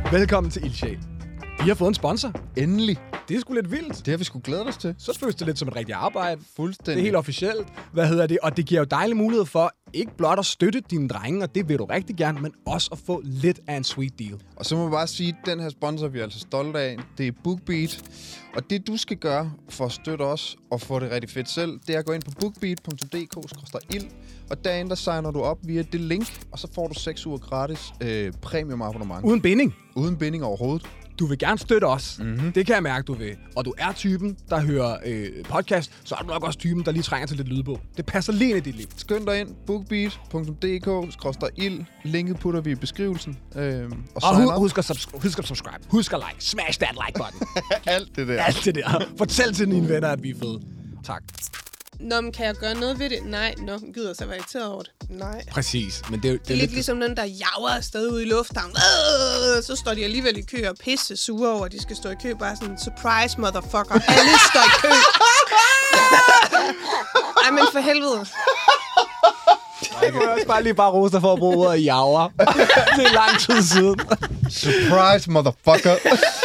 Velkommen til Ildsjæl. Vi har fået en sponsor. Endelig. Det er sgu lidt vildt. Det har vi sgu glædet os til. Så føles det lidt som et rigtigt arbejde. Fuldstændig. Det er helt officielt. Og det giver jo dejlig mulighed for ikke blot at støtte dine drenge, og det vil du rigtig gerne, men også at få lidt af en sweet deal. Og så må jeg bare sige, at den her sponsor, vi er altså stolte af, det er BookBeat. Og det, du skal gøre for at støtte os og få det rigtig fedt selv, det er at gå ind på bookbeat.dk/ild, og derinde der signer du op via det link, og så får du 6 uger gratis premium abonnement. Uden binding. Uden binding overhovedet. Du vil gerne støtte os. Mm-hmm. Det kan jeg mærke, du vil. Og du er typen, der hører podcast, så er du nok også typen, der lige trænger til lidt lydbog. Det passer lige ind i dit liv. Skynd dig ind, bookbeat.dk/ild. Linket putter vi i beskrivelsen. Og husk at subscribe. Husk at like. Smash that like button. Alt det der. Alt det der. Fortæl til dine venner, at vi er fede. Tak. Nå, men kan jeg gøre noget ved det? Nej, gider så være irriteret over det. Nej. Præcis. Men det er lidt ligesom den, der jager afsted ude i lufthavnen. Så står de alligevel i kø og pisse sure over, at de skal stå i kø. Bare sådan, surprise, motherfucker. Alle står i kø. Ej, men for helvede. Jeg kunne også bare rose dig for at bruge ordet jager. Det er lang tid siden. Surprise, motherfucker.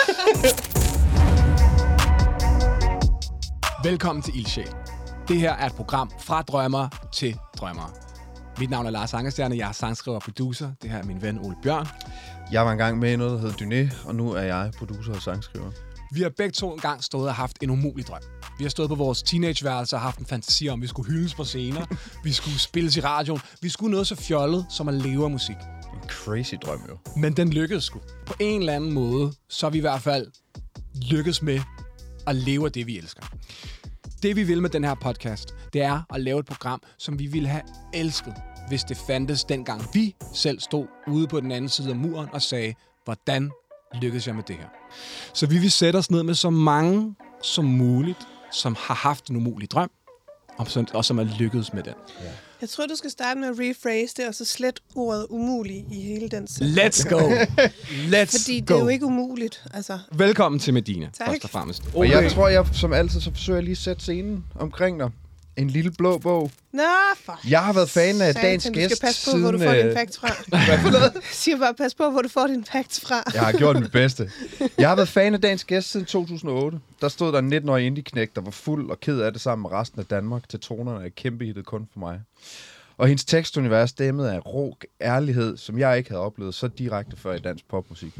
Velkommen til Ildsjæl. Det her er et program fra drømmer til drømmer. Mit navn er Lars Angerstjerne, jeg er sangskriver og producer. Det her er min ven Ole Bjørn. Jeg var engang med i noget, der hedder Dyné, og nu er jeg producer og sangskriver. Vi har begge to engang stået og haft en umulig drøm. Vi har stået på vores teenageværelse og haft en fantasi om, at vi skulle hyldes på scener. Vi skulle spilles i radioen. Vi skulle noget så fjollet som at leve af musik. En crazy drøm jo. Men den lykkedes sgu. På en eller anden måde, så er vi i hvert fald lykkedes med at leve af det, vi elsker. Det vi vil med den her podcast, det er at lave et program, som vi ville have elsket, hvis det fandtes dengang vi selv stod ude på den anden side af muren og sagde, hvordan lykkedes jeg med det her? Så vi vil sætte os ned med så mange som muligt, som har haft en umulig drøm, og som er lykkedes med den. Ja. Jeg tror, du skal starte med at rephrase det, og så slet ordet umulig i hele den sætning. Let's go! Fordi det er jo ikke umuligt. Altså. Velkommen til Medina, tak. Først og fremmest. Og jeg tror, som altid, så forsøger jeg lige at sætte scenen omkring dig. En lille blå bog. Nå, for jeg har været fan af dagens gæst. Du skal passe på, hvor du får din facts fra. Hvad for noget? Jeg siger bare, pas på, hvor du får din facts fra. Jeg har gjort mit bedste. Jeg har været fan af dagens gæst siden 2008. Der stod der en 19-årig indie-knægt, der var fuld og ked af det sammen med resten af Danmark til tonerne af kæmpe hittet kun for mig. Og hendes tekstunivers dæmmet af rå ærlighed, som jeg ikke havde oplevet så direkte før i dansk popmusik.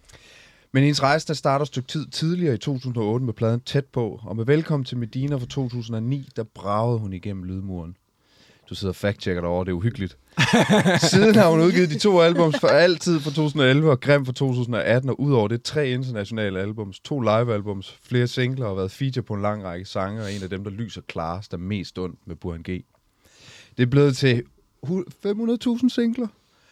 Men hendes rejse starter et stykke tid tidligere i 2008 med pladen Tæt på, og med Velkommen til Medina fra 2009, der bragede hun igennem lydmuren. Du sidder og fact-checker derovre, det er uhyggeligt. Siden har hun udgivet de 2 albums for altid fra 2011 og Grim fra 2018, og udover det 3 internationale albums, 2 live-albums, flere singler og været feature på en lang række sange, og en af dem, der lyser klarest, er mest ondt med Burhan G. Det er blevet til 500.000 singler.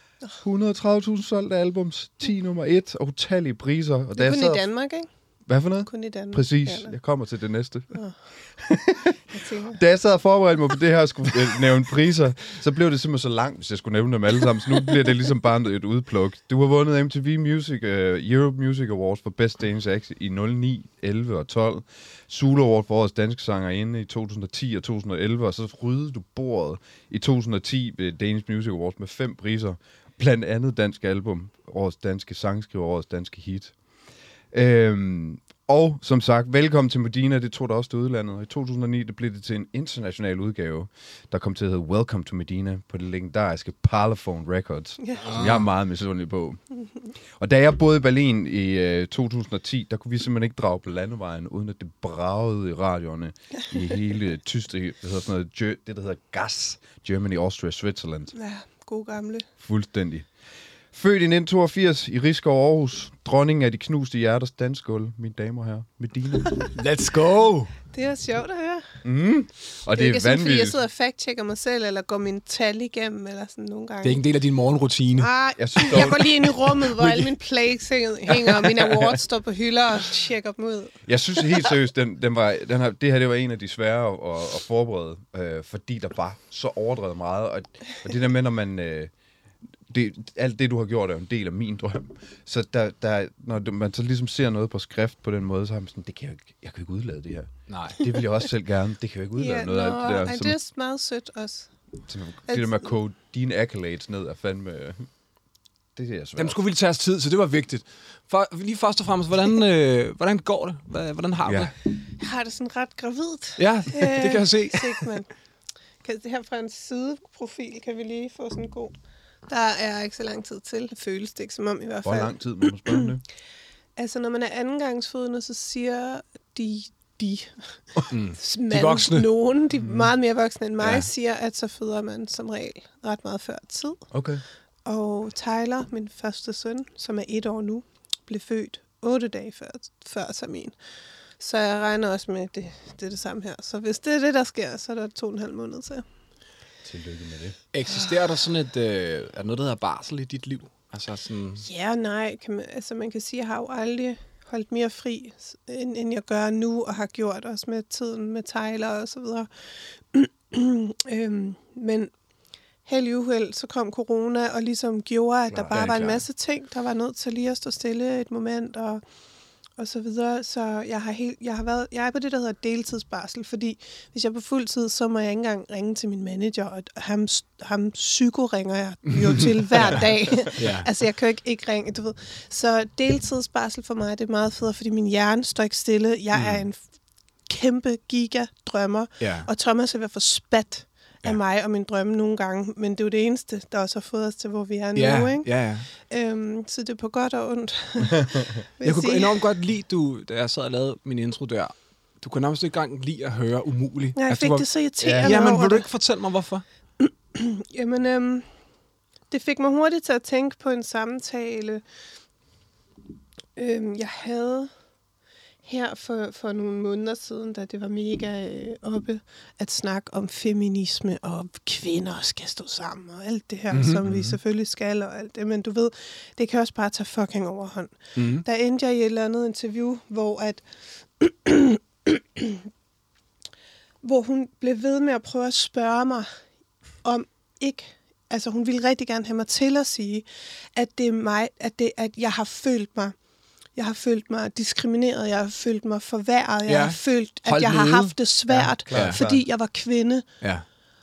130.000 solgte albums, 10 nummer 1 og utallige priser. Og det er kun i Danmark, ikke? Hvad for noget? Kun i Danmark. Præcis, jeg kommer til det næste. Jeg da jeg sad og forberedte mig på det her og skulle nævne priser, så blev det simpelthen så langt, hvis jeg skulle nævne dem alle sammen. Så nu bliver det ligesom bare et udpluk. Du har vundet MTV Music, Europe Music Awards for Best Danish Act i 09, 11 og 12. Zulu Award for Årets Danske Sangerinde i 2010 og 2011. Og så ryddede du bordet i 2010 ved Danish Music Awards med 5 priser. Blandt andet dansk album, Årets Danske Sangskriver, Årets Danske Hit. Og som sagt, Velkommen til Medina, det tog der også til udlandet. Og i 2009, det blev det til en international udgave, der kom til at hedde Welcome to Medina på det legendariske Parlophone Records, som jeg er meget misundelig på. Og da jeg boede i Berlin i 2010, der kunne vi simpelthen ikke drage på landevejen, uden at det bragede i radioerne i hele Tyskland, det der hedder GAS, Germany, Austria, Switzerland. Ja, god gamle. Fuldstændig. Født i 1982 i Risskov, Aarhus. Dronningen af de knuste hjerters dansgulv, mine damer og herrer. Medina. Let's go! Det er sjovt at høre. Og det er ikke sådan, vanvittigt. fordi jeg sidder og fact-checker mig selv, eller går min tal igennem, eller sådan nogle gange. Det er ikke en del af din morgenrutine. Jeg går lige ind i rummet, hvor alle mine plays hænger, og mine awards står på hylder og tjekker dem ud. Jeg synes helt seriøst, det her det var en af de svære at forberede, fordi der var så overdrevet meget. Og det der med, når man... alt det, du har gjort, er jo en del af min drøm. Så når man så ligesom ser noget på skrift på den måde, så har man sådan, jeg kan ikke udlade det her. Nej. Det vil jeg også selv gerne. Det kan jeg ikke udlade noget af det der. Ej, det er meget sødt også. Det der med at kode dine accolades ned er fandme... Det er svært. Dem skulle vi tage os tid, så det var vigtigt. Lige først og fremmest, hvordan går det? Hvordan har du det? Jeg har det sådan ret gravidt. Ja, det kan jeg se. Man. Det her fra en sideprofil kan vi lige få sådan en god. Der er ikke så lang tid til. Det føles det ikke som om i hvert fald. Hvor lang tid må man spørge om det? Altså, når man er andengangsfødende, så siger de voksne. Nogen, de meget mere voksne end mig, siger, at så føder man som regel ret meget før tid. Okay. Og Tyler, min første søn, som er 1 år nu, blev født 8 dage før termin. Så jeg regner også med, at det er det samme her. Så hvis det er det, der sker, så er der 2,5 måneder til. Tillykke med det. Eksisterer der sådan er noget, der hedder barsel i dit liv? Altså sådan... Ja, nej. Man kan sige, at jeg har jo aldrig holdt mere fri, end jeg gør nu, og har gjort også med tiden med Tyler og så videre. Men held i uheld, så kom corona, og ligesom gjorde, at der bare var en masse ting, der var nødt til lige at stå stille et moment, og så videre. Så jeg er på det, der hedder deltidsbarsel, fordi hvis jeg er på fuld tid, så må jeg ikke engang ringe til min manager, og ham psyko ringer jeg jo til hver dag. Altså, jeg kan jo ikke ringe, du ved. Så deltidsbarsel for mig, det er meget fedt, fordi min hjerne står ikke stille. Jeg er en kæmpe giga-drømmer, og Thomas er ved at få spat af mig og min drømme nogle gange, men det er jo det eneste, der også har fået os til, hvor vi er nu, ikke? Ja. Så det er på godt og ondt. Jeg kunne enormt godt lide, da jeg sad og lavede min intro der, du kunne nærmest ikke engang lide at høre umuligt. Ja, jeg fik det så irriterende over men vil du ikke fortælle mig, hvorfor? Jamen, det fik mig hurtigt til at tænke på en samtale, jeg havde her for nogle måneder siden, da det var mega oppe at snakke om feminisme, og kvinder skal stå sammen, og alt det her, som vi selvfølgelig skal, og alt det. Men du ved, det kan også bare tage fucking overhånd. Der endte jeg i et eller andet interview, hvor hun blev ved med at prøve at spørge mig om ikke. Altså, hun ville rigtig gerne have mig til at sige, at det er mig, at jeg har følt mig diskrimineret, jeg har følt mig forværret, jeg har følt, at jeg har haft det svært, fordi jeg var kvinde. Ja.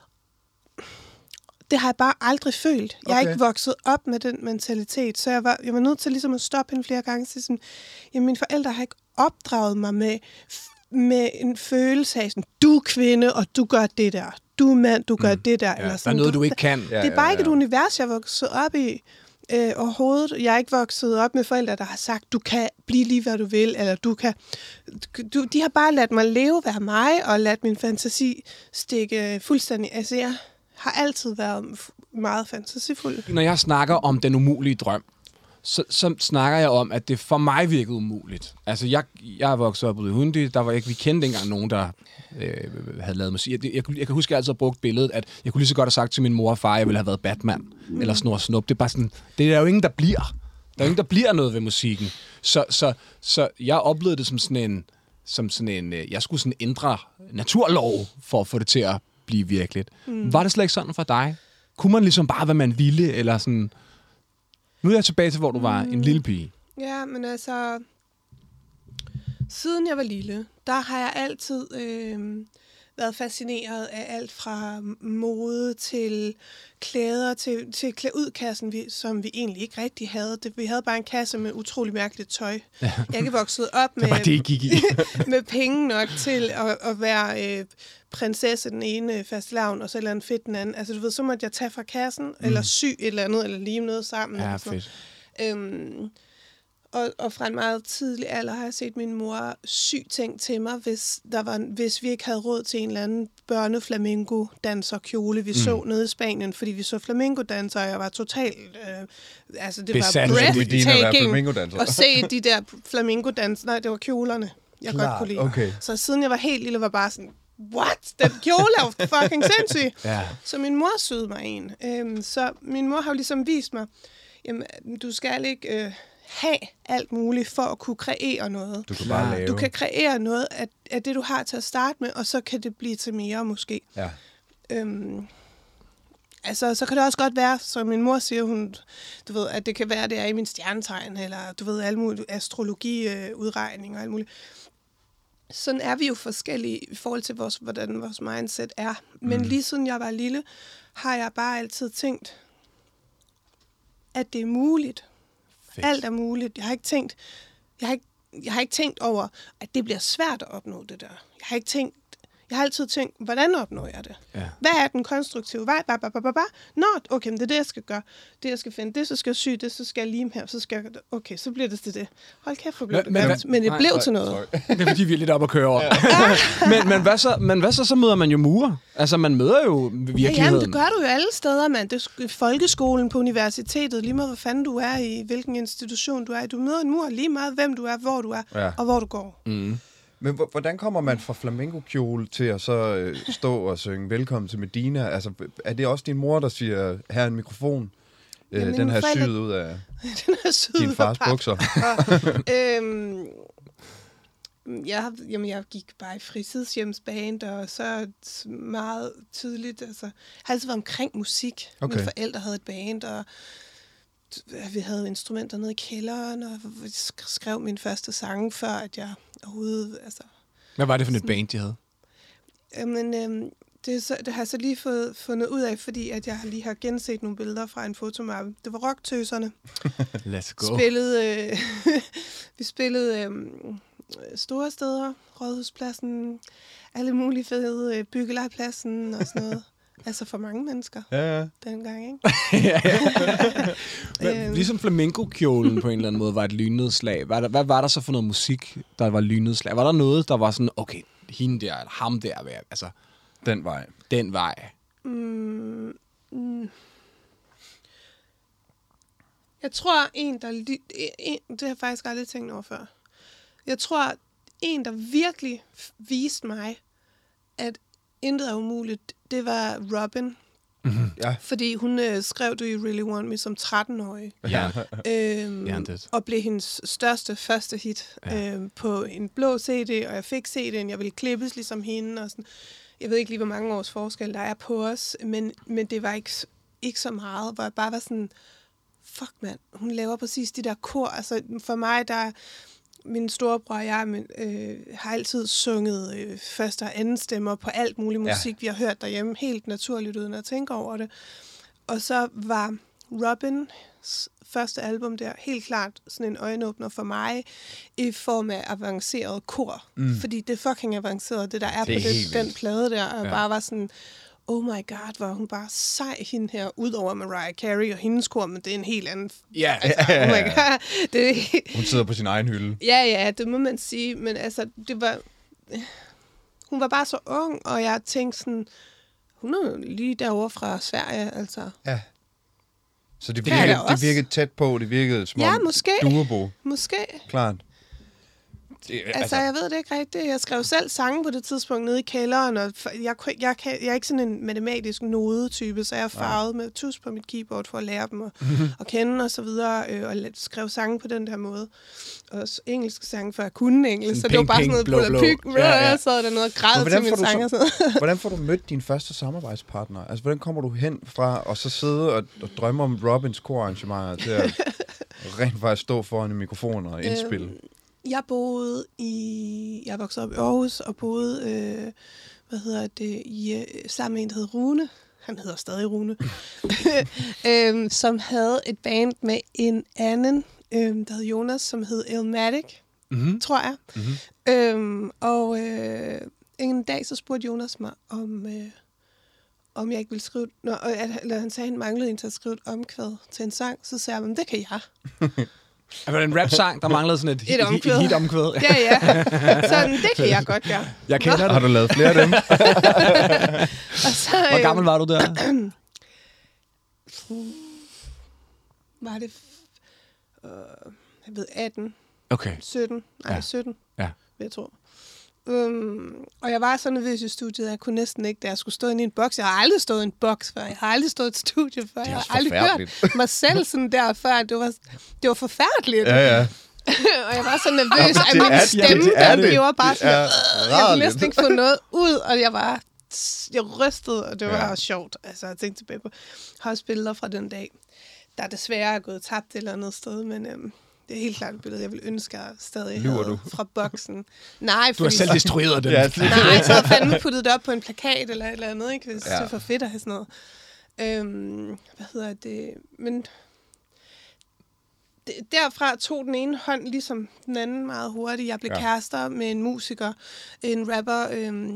Det har jeg bare aldrig følt. Jeg er ikke vokset op med den mentalitet, så jeg var nødt til ligesom at stoppe hende flere gange og sige sådan, jamen mine forældre har ikke opdraget mig med en følelse af sådan, du er kvinde, og du gør det der. Du er mand, du gør det der. Eller sådan. Der er noget, du ikke kan. Det er bare ikke et univers, jeg er vokset op i. Overhovedet. Jeg er ikke vokset op med forældre, der har sagt, du kan blive lige, hvad du vil, eller de har bare ladt mig være mig, og ladt min fantasi stikke fuldstændig. Altså, jeg har altid været meget fantasifuld. Når jeg snakker om den umulige drøm, så snakker jeg om, at det for mig virkede umuligt. Altså, jeg er vokset op ude i Hundi, vi kendte ikke engang nogen, der havde lavet musik. Jeg kan huske, at jeg altid har brugt billedet, at jeg kunne lige så godt have sagt til min mor og far, at jeg ville have været Batman, eller Snor Snup. Det er bare sådan, det er jo ingen, der bliver. Der er jo ingen, der bliver noget ved musikken. Så jeg oplevede det som sådan en, jeg skulle sådan ændre naturlov, for at få det til at blive virkeligt. Var det slet ikke sådan for dig? Kunne man ligesom bare, hvad man ville, eller sådan... Nu er jeg tilbage til, hvor du var en lille pige. Ja, men altså... Siden jeg var lille, der har jeg altid været fascineret af alt fra mode til klæder, til klædudkassen, som vi egentlig ikke rigtig havde. Vi havde bare en kasse med utrolig mærkeligt tøj. Jeg er ikke vokset op med, med penge nok til at være prinsesse den ene fastelavn, og så et eller andet fedt den anden. Altså du ved, så måtte jeg tage fra kassen, eller sy et eller andet, eller lime noget sammen. Ja, fedt. Og fra en meget tidlig alder har jeg set min mor sy ting til mig, hvis vi ikke havde råd til en eller anden børneflamingo-danser-kjole, vi så nede i Spanien, fordi vi så flamingo-danser, og jeg var totalt... det besat, var breathtaking at se de der flamingo-danser. Nej, det var kjolerne, jeg godt kunne lide. Okay. Så siden jeg var helt lille, var bare sådan, what? Den kjole er jo fucking sindssyg! Så min mor syede mig en. Så min mor har jo ligesom vist mig, jamen, du skal ikke... have alt muligt for at kunne kreere noget. Du kan bare lave. Du kan kreere noget af det, du har til at starte med, og så kan det blive til mere måske. Ja. Altså, så kan det også godt være, som min mor siger, du ved, at det kan være, det er i min stjernetegn, eller du ved, alle mulige astrologiudregninger og alt muligt. Sådan er vi jo forskellige i forhold til, hvordan vores mindset er. Men lige siden jeg var lille, har jeg bare altid tænkt, at det er muligt. Fedt. Alt er muligt. Jeg har ikke tænkt over, at det bliver svært at opnå det der. Jeg har altid tænkt, hvordan opnår jeg det? Ja. Hvad er den konstruktive vej? Nå, okay, men det er det, jeg skal gøre. Det, jeg skal finde, det, så skal jeg sy, det, så skal jeg lime her, så skal jeg... Okay, så bliver det til det. Hold kæft, men det blev til noget. Det er fordi, vi er lidt op at køre over. Ja. men hvad så møder man jo murer? Altså, man møder jo virkeligheden. Jamen, det gør du jo alle steder, mand. Det er folkeskolen på universitetet, lige meget hvad fanden du er i, hvilken institution du er i. Du møder en mur lige meget, hvem du er, hvor du er, og hvor du går. Mm. Men hvordan kommer man fra flamenco-kjole til at så stå og synge Velkommen til Medina? Altså, er det også din mor, der siger, her er en mikrofon? Den her syet ud af din fars bukser? Jeg gik bare i fritidshjemsband, og så meget tydeligt. Altså, jeg har altid været omkring musik. Okay. Mine forældre havde et band, og vi havde instrumenter nede i kælderen, og vi skrev min første sang, før at jeg overhovedet... Altså, hvad var det for et band, de havde? Det har jeg så lige fundet ud af, fordi at jeg lige har genset nogle billeder fra en fotomappe. Det var Rocktøserne. Let's go. Vi spillede store steder, Rådhuspladsen, alle mulige fede, Byggelejpladsen og sådan noget. Altså for mange mennesker dengang, ikke? Men, ligesom flamenco-kjolen på en eller anden måde var et lynnedslag. Hvad var der så for noget musik, der var lynnedslag? Var der noget, der var sådan, okay, hende der, eller ham der, altså... Den vej. Jeg tror, det har jeg faktisk aldrig tænkt over før. Jeg tror, en, der virkelig viste mig, at intet er umuligt, det var Robin. Mm-hmm. Ja. Fordi hun skrev Do You Really Want Me som 13-årig. Ja. Og blev hendes første hit på en blå CD, og jeg fik CD'en, jeg ville klippes ligesom hende. Og sådan. Jeg ved ikke lige, hvor mange års forskel der er på os, men det var ikke så meget, hvor jeg bare var sådan, fuck mand, hun laver præcis de der kor. Altså for mig, der min storebror og jeg har altid sunget første og anden stemmer på alt muligt musik, vi har hørt derhjemme, helt naturligt uden at tænke over det. Og så var Robins første album der helt klart sådan en øjenåbner for mig i form af avanceret kor. Fordi det er fucking avanceret, det der er på den plade der, og bare var sådan, oh my god, hvor hun bare sej hende her, ud over Mariah Carey og hendes kor, men det er en helt anden... Ja. Altså, oh my god. Hun sidder på sin egen hylde. Ja, det må man sige, men altså, det var... Hun var bare så ung, og jeg tænkte sådan, hun er lige derovre fra Sverige, altså. Ja. Så det virkede tæt på, det virkede som Durebo. Måske. Klart. Altså, jeg ved det ikke rigtigt. Jeg skrev selv sange på det tidspunkt nede i kælderen, og jeg er ikke sådan en matematisk nodetype, så jeg farvede med tus på mit keyboard for at lære dem at kende og så videre, og skrev sange på den der måde. Og engelske sange, for jeg kunne engelsk, så det var bare sådan noget blå. Så sad der noget og græd til mine sange. Hvordan får du mødt din første samarbejdspartner? Altså, hvordan kommer du hen fra og så sidde og drømme om Robins korarrangementer til at rent faktisk stå foran en mikrofon og indspille? Jeg voksede op i Aarhus og boede, sammen med en, der hed Rune. Han hedder stadig Rune. Som havde et band med en anden, der hed Jonas, som hed Elmatic, tror jeg. En dag så spurgte Jonas mig, om jeg ikke ville skrive... Eller han sagde, at han manglede en til at skrive et omkvæd til en sang. Så sagde jeg, det kan jeg. Altså en rap-sang, der manglede sådan et hit-omkvæd. Ja. Sådan, det kan jeg godt gøre. Jeg kender det. Har du lavet flere af dem? Hvor gammel var du der? Var det... jeg ved, 18. Okay. 17. Nej, 17. Ja. Jeg tror. Og jeg var så nervøs i studiet, jeg kunne næsten ikke, da jeg skulle stå inde i en boks. Jeg har aldrig stået i en boks før. Jeg har aldrig stået i et studie før. Jeg har aldrig hørt mig selv sådan der før. Det var forfærdeligt. Ja. Og jeg var så nervøs, at min stemme, den gjorde bare sådan, jeg kunne næsten ikke få noget ud, og jeg rystede, og det var sjovt. Altså, jeg tænkte tilbage på, jeg har også billeder fra den dag, der desværre er gået tabt et eller andet sted, men... Det er helt klart et billede, jeg vil ønske, at stadig havde fra boksen. Nej, du har selv destrueret den. Nej, så havde jeg fandme puttet det op på en plakat eller et eller andet, ikke? Hvis det er for fedt at have sådan noget. Men derfra tog den ene hånd ligesom den anden meget hurtigt. Jeg blev kærester med en musiker, en rapper.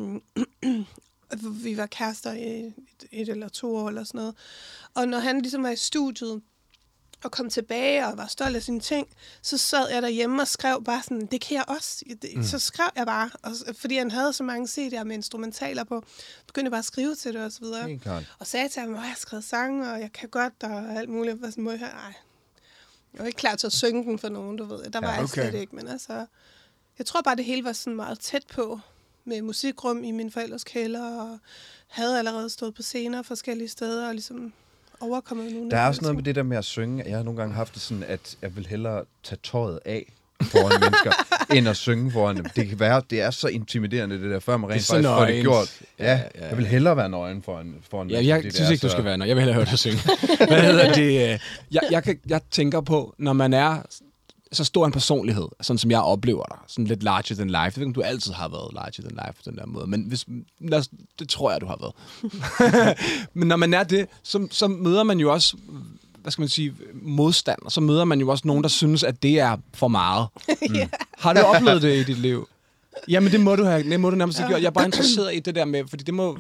Vi var kærester i 1 eller 2 år eller sådan noget. Og når han ligesom var i studiet og kom tilbage og var stolt af sine ting, så sad jeg derhjemme og skrev bare sådan, det kan jeg også. Så skrev jeg bare, fordi han havde så mange CD'er med instrumentaler på, begyndte jeg bare at skrive til det og så videre. Og sagde til ham, jeg har skrevet sange, og jeg kan godt, og alt muligt. Jeg var sådan, jeg var ikke klar til at synge den for nogen, du ved. Der var jeg slet ikke, men altså, jeg tror bare, det hele var sådan meget tæt på, med musikrum i min forældres kælder, og havde allerede stået på scener forskellige steder, og ligesom overkommet nogle. Der er også noget med det der med at synge. Jeg har nogle gange haft det sådan, at jeg vil hellere tage tøjet af foran mennesker, end at synge foran dem. Det kan være, det er så intimiderende, det der, før man rent faktisk får det gjort. Ja, jeg vil hellere være nøgen foran mennesker. Jeg synes ikke, du skal være nøgen. Jeg vil hellere høre dig synge. Hvad hedder det? Jeg tænker på, når man er så stor en personlighed, sådan som jeg oplever dig, sådan lidt larger than life. Jeg ved ikke, om du altid har været larger than life på den der måde, men det tror jeg, du har været. Men når man er det, så møder man jo også, hvad skal man sige, modstand, og så møder man jo også nogen, der synes, at det er for meget. Har du oplevet det i dit liv? Jamen, det må du have. Det må du nærmest have gjort. Jeg er bare interesseret i det der med, fordi det må...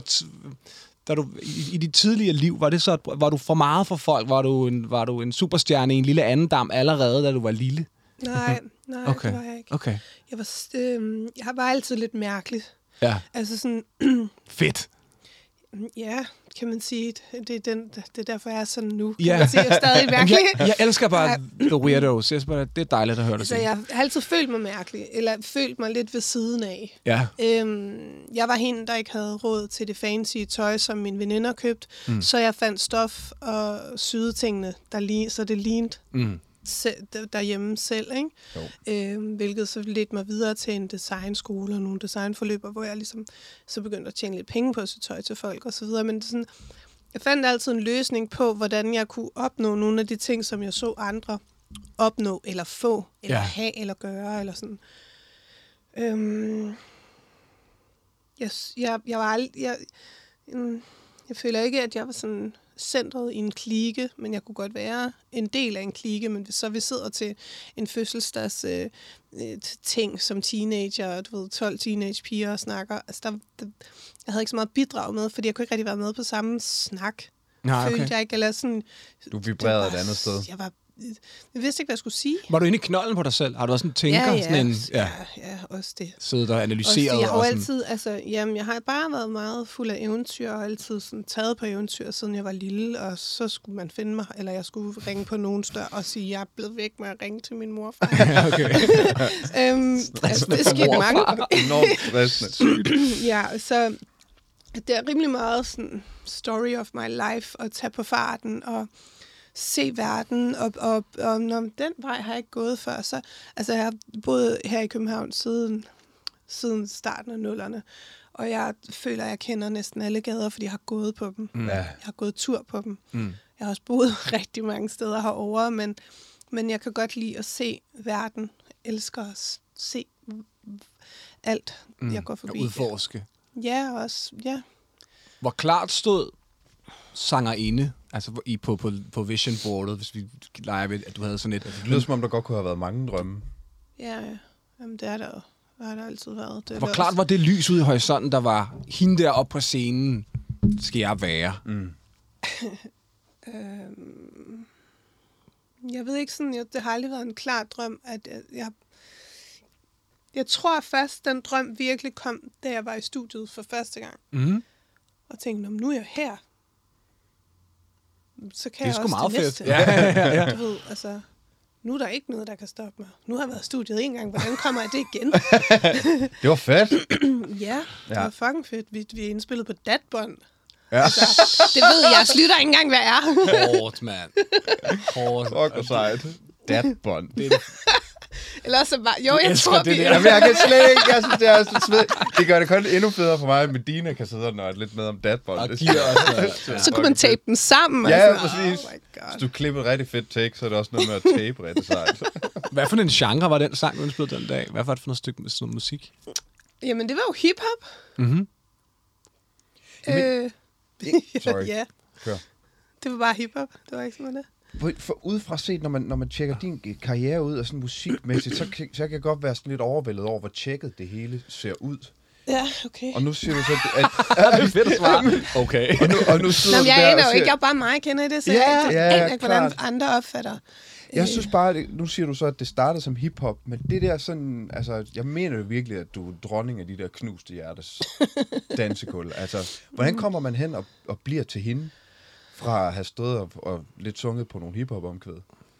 Da du, i dit tidligere liv, var det så, var du for meget for folk? Var du en superstjerne i en lille andendam allerede, da du var lille? Nej, okay. Det var jeg ikke. Okay. Jeg var altid lidt mærkelig. Ja. Altså sådan... Fedt. Ja, kan man sige. Det er derfor, jeg er sådan nu. Kan man sige, jeg er stadig mærkelig. Jeg elsker bare the weirdos. Det er dejligt at høre dig sige. Jeg har altid følt mig mærkelig, eller følt mig lidt ved siden af. Ja. Jeg var hende, der ikke havde råd til det fancy tøj, som mine veninder købte. Så jeg fandt stof og syede tingene, så det lignede derhjemme selv, ikke? Hvilket så ledte mig videre til en designskole og nogle designforløber, hvor jeg ligesom så begyndte at tjene lidt penge på at sy tøj til folk og så videre. Men det sådan, jeg fandt altid en løsning på, hvordan jeg kunne opnå nogle af de ting, som jeg så andre opnå, eller få, eller have, eller gøre, eller sådan. Jeg føler ikke, at jeg var sådan centret i en klike, men jeg kunne godt være en del af en klike, men så vi sidder til en fødselsdags ting som teenager, du ved, 12 teenagepiger og snakker. Altså, jeg havde ikke så meget bidrag med, fordi jeg kunne ikke rigtig være med på samme snak. Nej, okay. Følte jeg ikke, eller sådan... Du vibrerede et andet sted. Jeg vidste ikke, hvad jeg skulle sige. Var du inde i knolden på dig selv? Har du også en tænker? Ja, også det. Siddet og analyseret? Jeg har altid, jeg har bare været meget fuld af eventyr, og altid sådan taget på eventyr, siden jeg var lille, og så skulle man finde mig, eller jeg skulle ringe på nogens dør og sige, jeg er blevet væk med at ringe til min morfar. Okay. Det skete mange. Enormt stressende. Ja, så det er rimelig meget sådan story of my life, at tage på farten, og se verden, og når den vej har jeg ikke gået før. Så, altså, jeg har boet her i København siden starten af 00'erne, og jeg føler, at jeg kender næsten alle gader, fordi jeg har gået på dem. Jeg har gået tur på dem. Jeg har også boet rigtig mange steder herovre, men jeg kan godt lide at se verden. Jeg elsker at se alt, jeg går forbi. Og udforske. Ja, også, ja. Hvor klart stod sangerinde, altså på vision boardet, hvis vi leger ved, at du havde sådan et... Det lyder som om, der godt kunne have været mange drømme. Ja. Jamen, det er der jo. Det har der altid været. Hvor klart også var det lys ude i horisonten, der var hende der oppe på scenen, skal jeg være? Jeg ved ikke sådan, det har aldrig været en klar drøm, at jeg tror først, den drøm virkelig kom, da jeg var i studiet for første gang. Og tænkte, nu er jeg her. Så kan jeg også meget det fedt. næste. Ja. Du ved, altså, nu er der ikke noget, der kan stoppe mig. Nu har jeg været i studiet en gang. Hvordan kommer jeg det igen? Det var fedt. Ja, det var fucking fedt. Vi er indspillet på datbånd. Ja. Altså, det ved jeg slutter ikke engang, hvad jeg er. Hårdt, mand. Hårdt. Fuck og sejt. Datbånd. Eller så bare, jeg tror, det der. Jamen, jeg kan slet ikke. Jeg synes, det er så svedt. Det gør det kun endnu federe for mig, at Medina kan sidde og nørde lidt med om datbånd. Og giver også så kunne man tabe dem sammen. Ja, altså. præcis. Hvis du klipper et rigtig fedt take, så er det også noget med at tape rigtig sejt. Hvad for en genre var den sang, du spillede den dag? Hvad var det for noget stykke med sådan noget musik? Jamen, det var jo hiphop. Sorry. Ja. Kør. Det var bare hiphop. Det var ikke sådan noget. For udefra set, når man tjekker din karriere ud og sådan musikmæssigt, så kan jeg godt være sådan lidt overvældet over, hvor tjekket det hele ser ud. Ja, okay. Og nu siger du så, at... det er fedt at svare. Okay. Og nu sidder du der jeg aner og jo siger, ikke, jeg er bare mig, kender I det? Så jeg aner ikke, hvordan andre opfatter. Jeg synes bare, nu siger du så, at det startede som hiphop, men det der sådan, altså, jeg mener jo virkelig, at du er dronning af de der knuste hjertes dansekul. Altså, hvordan kommer man hen og bliver til hende, fra at have stået og lidt sunget på nogle hiphop-omkvæd?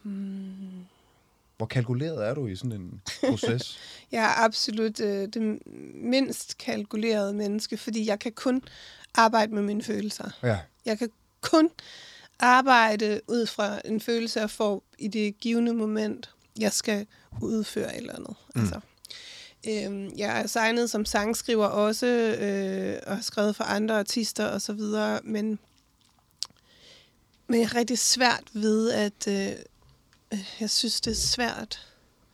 Hvor kalkuleret er du i sådan en proces? Jeg er absolut det mindst kalkulerede menneske, fordi jeg kan kun arbejde med mine følelser. Ja. Jeg kan kun arbejde ud fra en følelse, jeg får i det givende moment, jeg skal udføre et eller andet. Altså, jeg er signet som sangskriver også, og har skrevet for andre artister og så videre, men jeg er rigtig svært ved, at jeg synes, det er svært,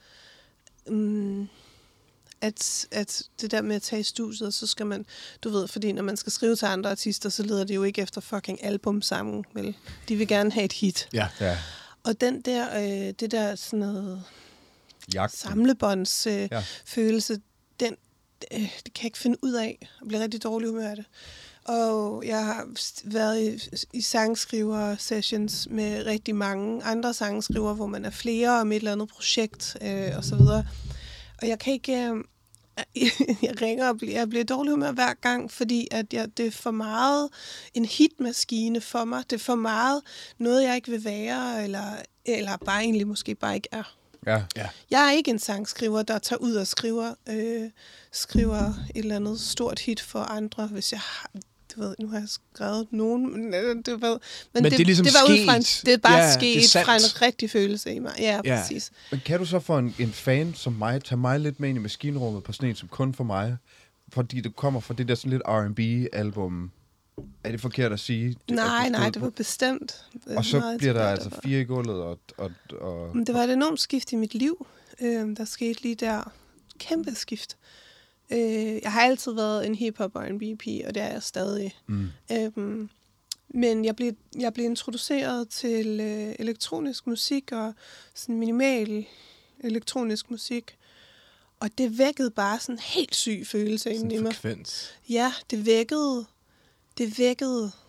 at det der med at tage i studiet, og så skal man, du ved, fordi når man skal skrive til andre artister, så leder det jo ikke efter fucking album sammen, vel? De vil gerne have et hit. Ja. Og den der, det der sådan noget Jagten. samlebåndsfølelse, det kan jeg ikke finde ud af. Jeg bliver rigtig dårlig humør af det. Og jeg har været i sangskriver-sessions med rigtig mange andre sangskriver, hvor man er flere om et eller andet projekt og så videre. Og jeg kan ikke... jeg ringer og jeg bliver dårlig humør hver gang, fordi at det er for meget en hitmaskine for mig. Det er for meget noget, jeg ikke vil være, eller bare egentlig måske bare ikke er. Ja. Jeg er ikke en sangskriver, der tager ud og skriver et eller andet stort hit for andre, hvis jeg har... Du ved, nu har jeg skrevet nogen, men det er ligesom det var sket. Ud fra det er bare sket det er fra en rigtig følelse i mig. Ja, præcis. Men kan du så for en fan som mig tage mig lidt med ind i maskinrummet på sådan en som kun for mig? Fordi det kommer fra det der sådan lidt R&B-album. Er det forkert at sige? Nej, det var bestemt. Og så bliver der altså 4 i gulvet og... Det var et enormt skift i mit liv, der skete lige der. Kæmpe skift. Jeg har altid været en hip-hop R&B-pige, og det er jeg stadig. Men jeg blev introduceret til elektronisk musik og sådan minimal elektronisk musik. Og det vækkede bare sådan en helt syg følelse inden i mig. Frekvens. Ja, det vækkede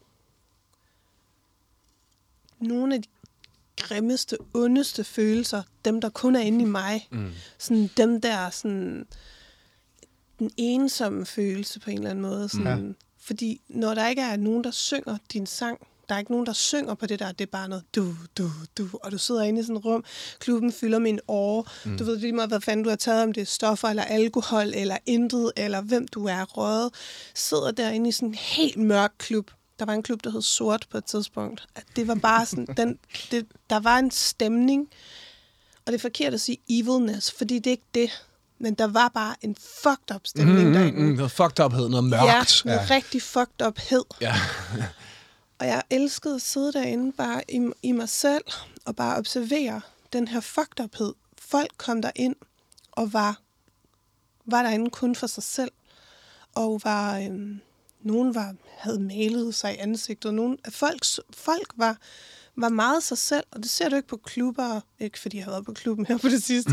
nogle af de grimmeste, ondeste følelser, dem der kun er inde i mig. Sådan dem der sådan den ensomme følelse på en eller anden måde. Sådan, fordi når der ikke er nogen, der synger din sang, der er ikke nogen, der synger på det der, det er bare noget du, og du sidder inde i sådan et rum, klubben fylder med en åre, du ved lige meget, hvad fanden du har taget, om det er stoffer, eller alkohol, eller intet, eller hvem du er røget, sidder derinde i sådan en helt mørk klub. Der var en klub, der hed Sort på et tidspunkt. Det var bare sådan, der var en stemning, og det er forkert at sige evilness, fordi det er ikke det. Men der var bare en fucked up stemning derinde. Noget fucked uphed, noget mørkt. Ja, noget rigtig fucked uphed. Ja. Og jeg elskede at sidde derinde bare i mig selv og bare observere den her fucked uphed. Folk kom derind og var derinde kun for sig selv. Og nogen havde malet sig i ansigtet. Folk var meget sig selv, og det ser du ikke på klubber, ikke fordi jeg har været på klubben her på det sidste,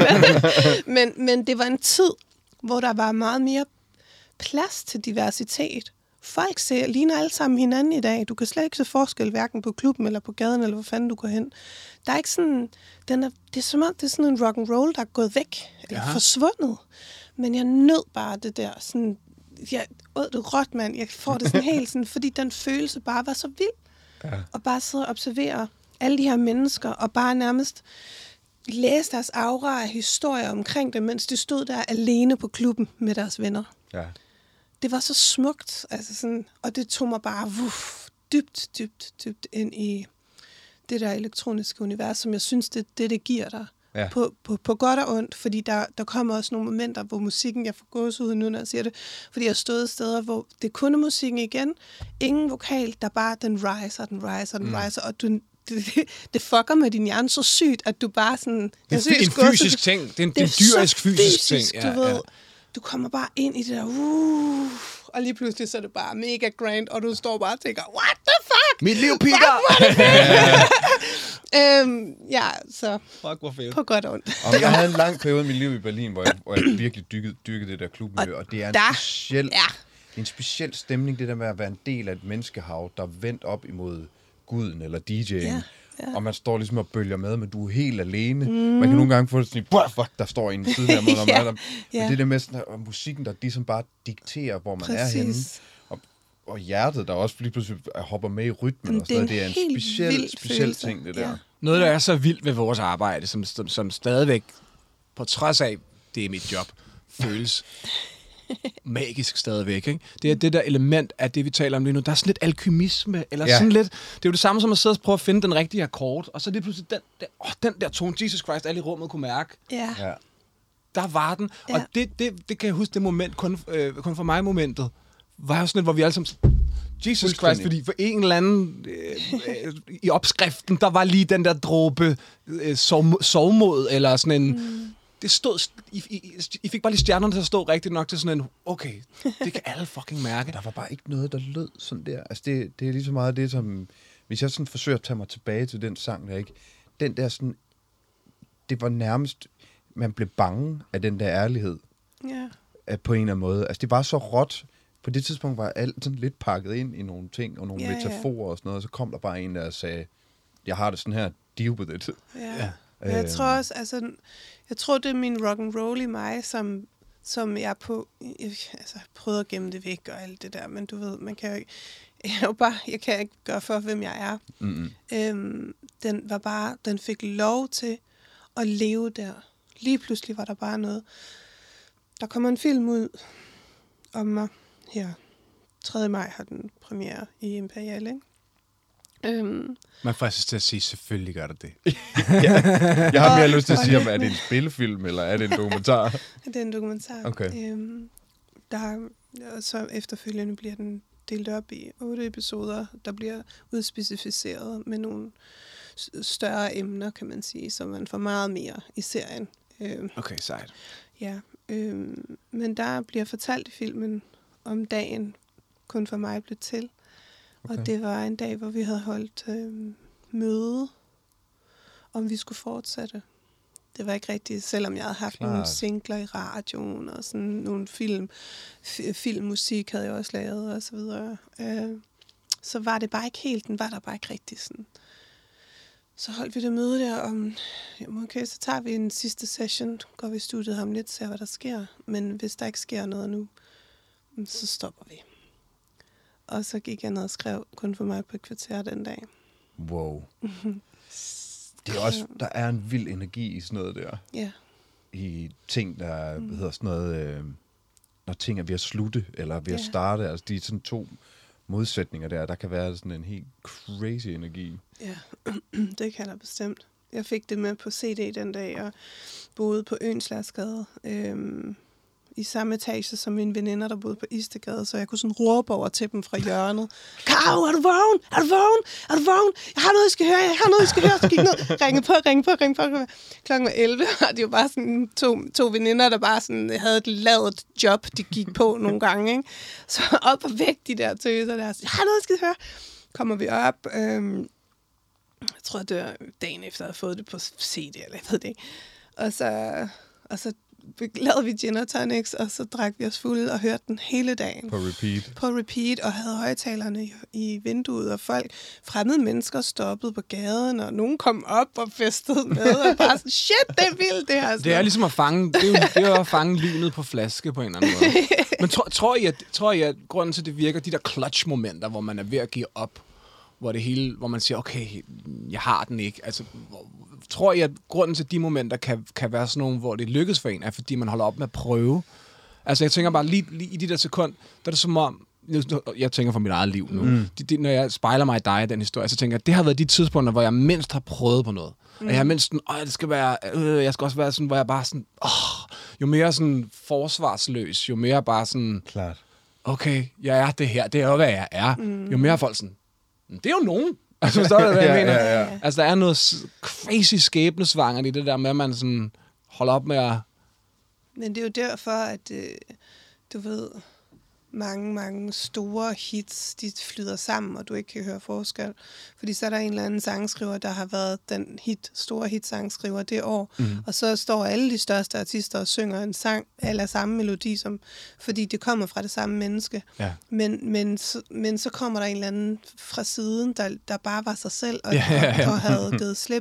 men det var en tid, hvor der var meget mere plads til diversitet. Folk ligner alle sammen hinanden i dag. Du kan slet ikke se forskel, hverken på klubben eller på gaden, eller hvor fanden du går hen. Der er ikke sådan, det er som om, det er sådan en rock and roll, der er gået væk, eller forsvundet. Men jeg nød bare det der, sådan, jeg åd det råt, mand. Jeg får det sådan helt sådan, fordi den følelse bare var så vild. Ja. Og bare sidde og observere alle de her mennesker, og bare nærmest læse deres aura af historier omkring dem, mens de stod der alene på klubben med deres venner. Ja. Det var så smukt, altså sådan, og det tog mig bare dybt ind i det der elektroniske univers, som jeg synes, det giver dig. Ja. På godt og ondt, fordi der kommer også nogle momenter, hvor musikken, jeg får gåsehud nu, når jeg siger det, fordi jeg stod steder, hvor det kun er musikken igen, ingen vokal, der bare, den riser, og det fucker med din hjerne så sygt, at du bare sådan... Det er en fysisk ting, det er en dyrisk fysisk ting. Ja, du ved, du kommer bare ind i det der, og lige pludselig så er det bare mega grand, og du står bare og tænker, what the fuck? Mit liv, Peter! Så Fuck, hvor fedt. på godt og ondt. Og jeg havde en lang periode i mit liv i Berlin, hvor jeg virkelig dyrkede det der klubmiljø, og det er en speciel stemning, det der med at være en del af et menneskehav, der er vendt op imod guden eller DJ'en. Ja. Og man står ligesom og bølger med, men du er helt alene. Man kan nogle gange få det sådan, fuck, der står en side af mig. Men det der med sådan, og musikken, der ligesom bare dikterer, hvor man er henne. Og hjertet, der også lige pludselig hopper med i rytmen. Og sådan, det er en speciel ting, det der. Noget, der er så vildt ved vores arbejde, som stadigvæk, på trods af, det er mit job, føles magisk stadigvæk, ikke? Det er det der element af det, vi taler om lige nu. Der er sådan lidt alkymisme, eller sådan lidt... Det er jo det samme som at sidde og prøve at finde den rigtige akkord, og så lige pludselig den der tone, Jesus Christ, alle i rummet kunne mærke. Ja. Der var den, og det kan jeg huske, det moment, kun for mig momentet, var jo sådan lidt, hvor vi alle sammen... Jesus Christ, fordi for en eller anden i opskriften, der var lige den der dråbe sovmod, eller sådan en... Det stod... I fik bare lige stjernerne til at stå rigtigt nok til sådan en... Okay, det kan alle fucking mærke. Der var bare ikke noget, der lød sådan der. Altså, det er lige så meget det, som... Hvis jeg sådan forsøger at tage mig tilbage til den sang der, ikke? Den der sådan... Det var nærmest... Man blev bange af den der ærlighed. Ja. På en eller anden måde. Altså, det var så råt. På det tidspunkt var alt sådan lidt pakket ind i nogle ting, og nogle metaforer og sådan noget, og så kom der bare en, der sagde, jeg har det sådan her, deal with it. Ja. Jeg tror også, altså, jeg tror, det er min rock and roll i mig, som jeg prøvede at gemme det væk og alt det der, men du ved, man kan jo ikke, jeg kan ikke gøre for, hvem jeg er. Den fik lov til at leve der. Lige pludselig var der bare noget. Der kommer en film ud om mig her. 3. maj har den premiere i Imperial, ikke? Man fristes til at sige, selvfølgelig gør det det. Jeg har mere lyst til at sige, om er det en spillefilm, eller er det en dokumentar? Det er en dokumentar. Okay. Så efterfølgende bliver den delt op i 8 episoder, der bliver udspecificeret med nogle større emner, kan man sige, så man får meget mere i serien. Okay, sejt. Ja, men der bliver fortalt i filmen om dagen, kun for mig blev til. Okay. Og det var en dag, hvor vi havde holdt møde, om vi skulle fortsætte. Det var ikke rigtigt, selvom jeg havde haft nogle singler i radioen, og sådan nogle filmmusik havde jeg også lavet, og så videre. Så var det bare ikke helt, den var der bare ikke rigtig sådan. Så holdt vi det møde der om, okay, så tager vi en sidste session, går vi i studiet om lidt, ser hvad der sker. Men hvis der ikke sker noget nu, så stopper vi. Og så gik jeg ned og skrev kun for mig på et kvarter den dag. Wow. Det er også, der er en vild energi i sådan noget der. Ja. I ting, der hedder sådan noget, når ting er ved at slutte, eller ved at starte. Altså, de er sådan 2 modsætninger der. Der kan være sådan en helt crazy energi. Ja, det kan der bestemt. Jeg fik det med på CD den dag, og boede på Ønslandsgade. I samme etage som mine veninder, der boede på Istegade, så jeg kunne sådan råbe over til dem fra hjørnet. Karo, er du vågen? Er du vågen? Er du vågen? Jeg har noget, I skal høre. Jeg har noget, I skal høre. Så gik ned, ringe på. Klokken var 11, og det var bare sådan to veninder, der bare sådan havde et lavet job, de gik på nogle gange. Ikke? Så op og væk de der tøser der. Jeg har noget, I skal høre. Kommer vi op. Jeg tror, det var dagen efter, jeg havde fået det på CD, eller jeg ved det ikke. Og så lavede vi gin og tonics, og så drak vi os fulde og hørte den hele dagen. På repeat, og havde højtalerne i vinduet, og fremmede mennesker stoppede på gaden, og nogen kom op og festede med, og bare sådan, shit, det er vildt, det her. Det er ligesom at fange, det er jo at fange lynet på flaske på en eller anden måde. Men tror I, at grunden til, det virker, de der clutch-momenter, hvor man er ved at give op, hvor man siger, okay, jeg har den ikke. Altså, tror jeg, at grunden til de momenter kan være sådan nogle, hvor det lykkes for en, er fordi man holder op med at prøve. Altså, jeg tænker bare, lige i de der sekund, der er det som om, jeg tænker for mit eget liv nu, når jeg spejler mig i dig i den historie, så tænker jeg, at det har været de tidspunkter, hvor jeg mindst har prøvet på noget. At jeg har mindst sådan, det skal være, jeg skal også være sådan, hvor jeg bare sådan, jo mere sådan forsvarsløs, jo mere bare sådan, klart. Okay, jeg er det her, det er jo, hvad jeg er. Jo mere folk sådan, det er jo nogen. Altså, forstår du, hvad jeg mener? Ja. Altså, der er noget crazy skæbnesvangert i det der med, at man sådan holder op med at... Men det er jo derfor, at du ved, mange store hits, de flyder sammen, og du ikke kan høre forskel. Fordi så er der en eller anden sangskriver, der har været den store hitsangskriver det år, og så står alle de største artister og synger en sang eller samme melodi, fordi det kommer fra det samme menneske. Ja. Men så kommer der en eller anden fra siden, der bare var sig selv, og havde givet slip,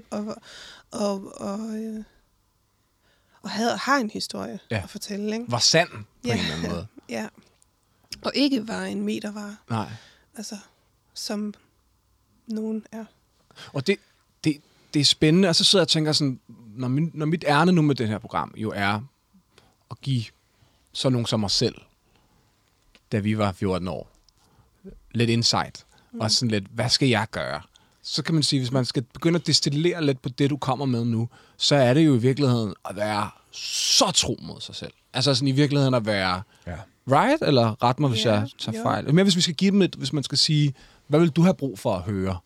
og har en historie at fortælle. Ikke? Var sand på en eller anden måde. Ja. Og ikke var en metervare. Nej. Altså, som nogen er. Og det er spændende, og så sidder jeg og tænker sådan, når mit ærne nu med det her program jo er at give så nogen som os selv, da vi var 14 år, lidt insight, og sådan lidt, hvad skal jeg gøre? Så kan man sige, hvis man skal begynde at destillere lidt på det, du kommer med nu, så er det jo i virkeligheden at være så tro mod sig selv. Altså sådan i virkeligheden at være right, eller ret mig, hvis jeg tager fejl. Men hvis vi skal give dem hvis man skal sige, hvad vil du have brug for at høre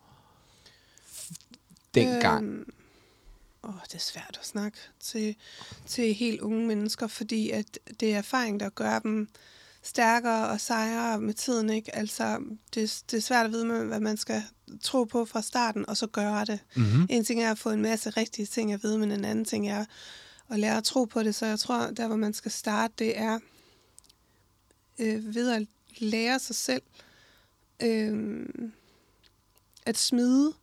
dengang? Det er svært at snakke til helt unge mennesker, fordi at det er erfaring, der gør dem stærkere og sejere med tiden, ikke? Altså, det er svært at vide, hvad man skal tro på fra starten, og så gøre det. Mm-hmm. En ting er at få en masse rigtige ting at vide, men en anden ting er at lære at tro på det. Så jeg tror, der hvor man skal starte, det er ved at lære sig selv at smide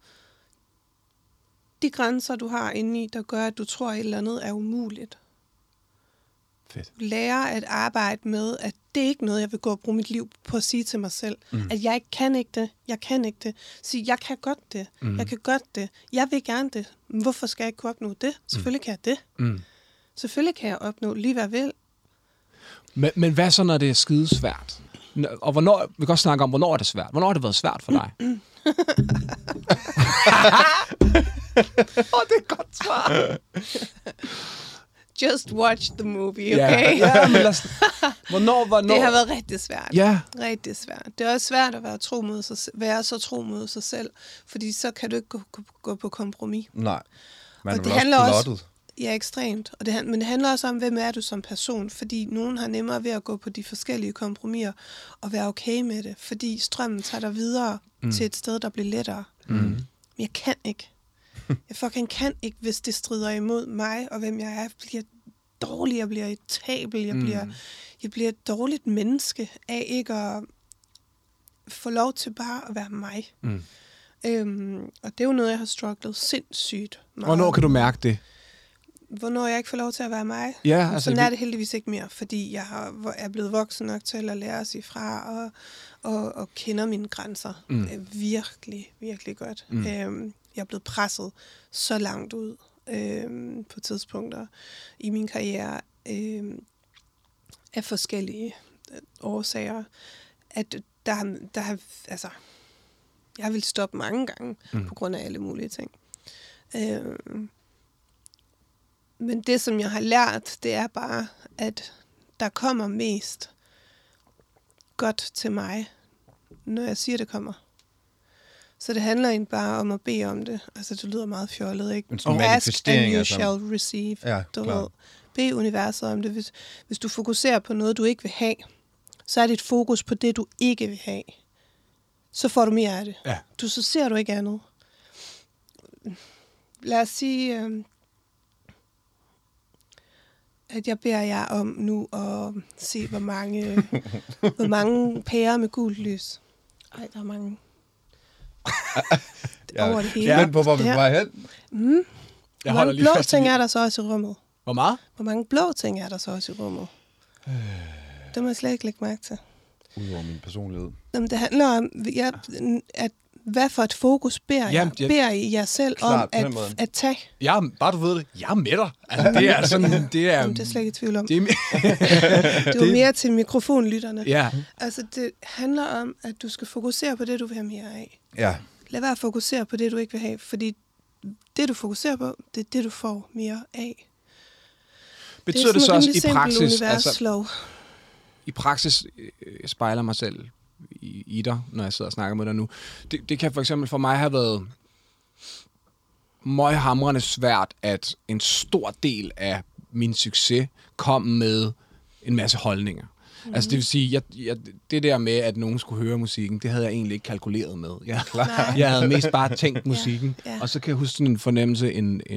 de grænser, du har inde i, der gør, at du tror, at et eller andet er umuligt. Fedt. Lære at arbejde med, at det er ikke noget, jeg vil gå og bruge mit liv på at sige til mig selv. At jeg kan ikke det. Jeg kan ikke det. Sige, jeg kan godt det. Jeg kan godt det. Jeg vil gerne det. Men hvorfor skal jeg ikke kunne opnå det? Selvfølgelig kan jeg det. Selvfølgelig kan jeg opnå lige hvad jeg vil. Men hvad så, når det er skidesvært? Og hvornår, vi kan også snakke om, hvornår er det svært? Hvornår har det været svært for dig? Det er et godt svar. Just watch the movie, okay? Ja, men hvornår? Det har været rigtig svært. Ja. Rigtig svært. Det er også svært at være så tro mod sig selv, fordi så kan du ikke gå på kompromis. Nej. Man og det handler også ekstremt. Men det handler også om, hvem er du som person, fordi nogen har nemmere ved at gå på de forskellige kompromiser og være okay med det, fordi strømmen tager dig videre til et sted, der bliver lettere. Men jeg kan ikke. Jeg fucking kan ikke, hvis det strider imod mig, og hvem jeg er. Jeg bliver dårlig, jeg bliver irritabel, jeg bliver et dårligt menneske af ikke at få lov til bare at være mig. Og det er jo noget, jeg har strugglet sindssygt meget. Hvornår kan du mærke det? Hvornår jeg ikke får lov til at være mig. Ja, altså, sådan er det heldigvis ikke mere, fordi jeg er blevet voksen nok til at lære at sige fra, og kender mine grænser virkelig, virkelig godt. Jeg er blevet presset så langt ud på tidspunkter i min karriere af forskellige årsager, at der har altså, jeg vil stoppe mange gange på grund af alle mulige ting. Men det, som jeg har lært, det er bare, at der kommer mest godt til mig, når jeg siger, det kommer. Så det handler ikke bare om at bede om det. Altså, det lyder meget fjollet, ikke? Ask and you shall receive. Ja, du ved. Bed universet om det. Hvis du fokuserer på noget, du ikke vil have, så er dit fokus på det, du ikke vil have. Så får du mere af det. Ja. Så ser du ikke andet. Lad os sige, at jeg beder jer om nu at se, hvor mange pærer med gult lys. Ej, der er mange. Over det hele. Men på, hvor vi er vej hen. Hvor mange blå ting er der så også i rummet? Hvor meget? Hvor mange blå ting er der så også i rummet? Det må jeg slet ikke lægge mærke til. Udover min personlighed. Jamen, det handler om, at hvad for et fokus beder I jer selv om at tage? Ja, bare du ved det. Jeg er med dig. Altså, det er sådan, det er... Jamen, det er slet ikke i tvivl om. Det er mere til mikrofonlytterne. Ja. Altså, det handler om, at du skal fokusere på det, du vil have mere af. Ja. Lad være at fokusere på det, du ikke vil have, fordi det, du fokuserer på, det er det, du får mere af. Betyder det så også i praksis... I praksis spejler mig selv i dig, når jeg sidder og snakker med dig nu. Det kan for eksempel for mig have været møghamrende svært, at en stor del af min succes kom med en masse holdninger. Altså det vil sige, det der med, at nogen skulle høre musikken, det havde jeg egentlig ikke kalkuleret med. Jeg havde mest bare tænkt musikken. Ja. Og så kan jeg huske sådan en fornemmelse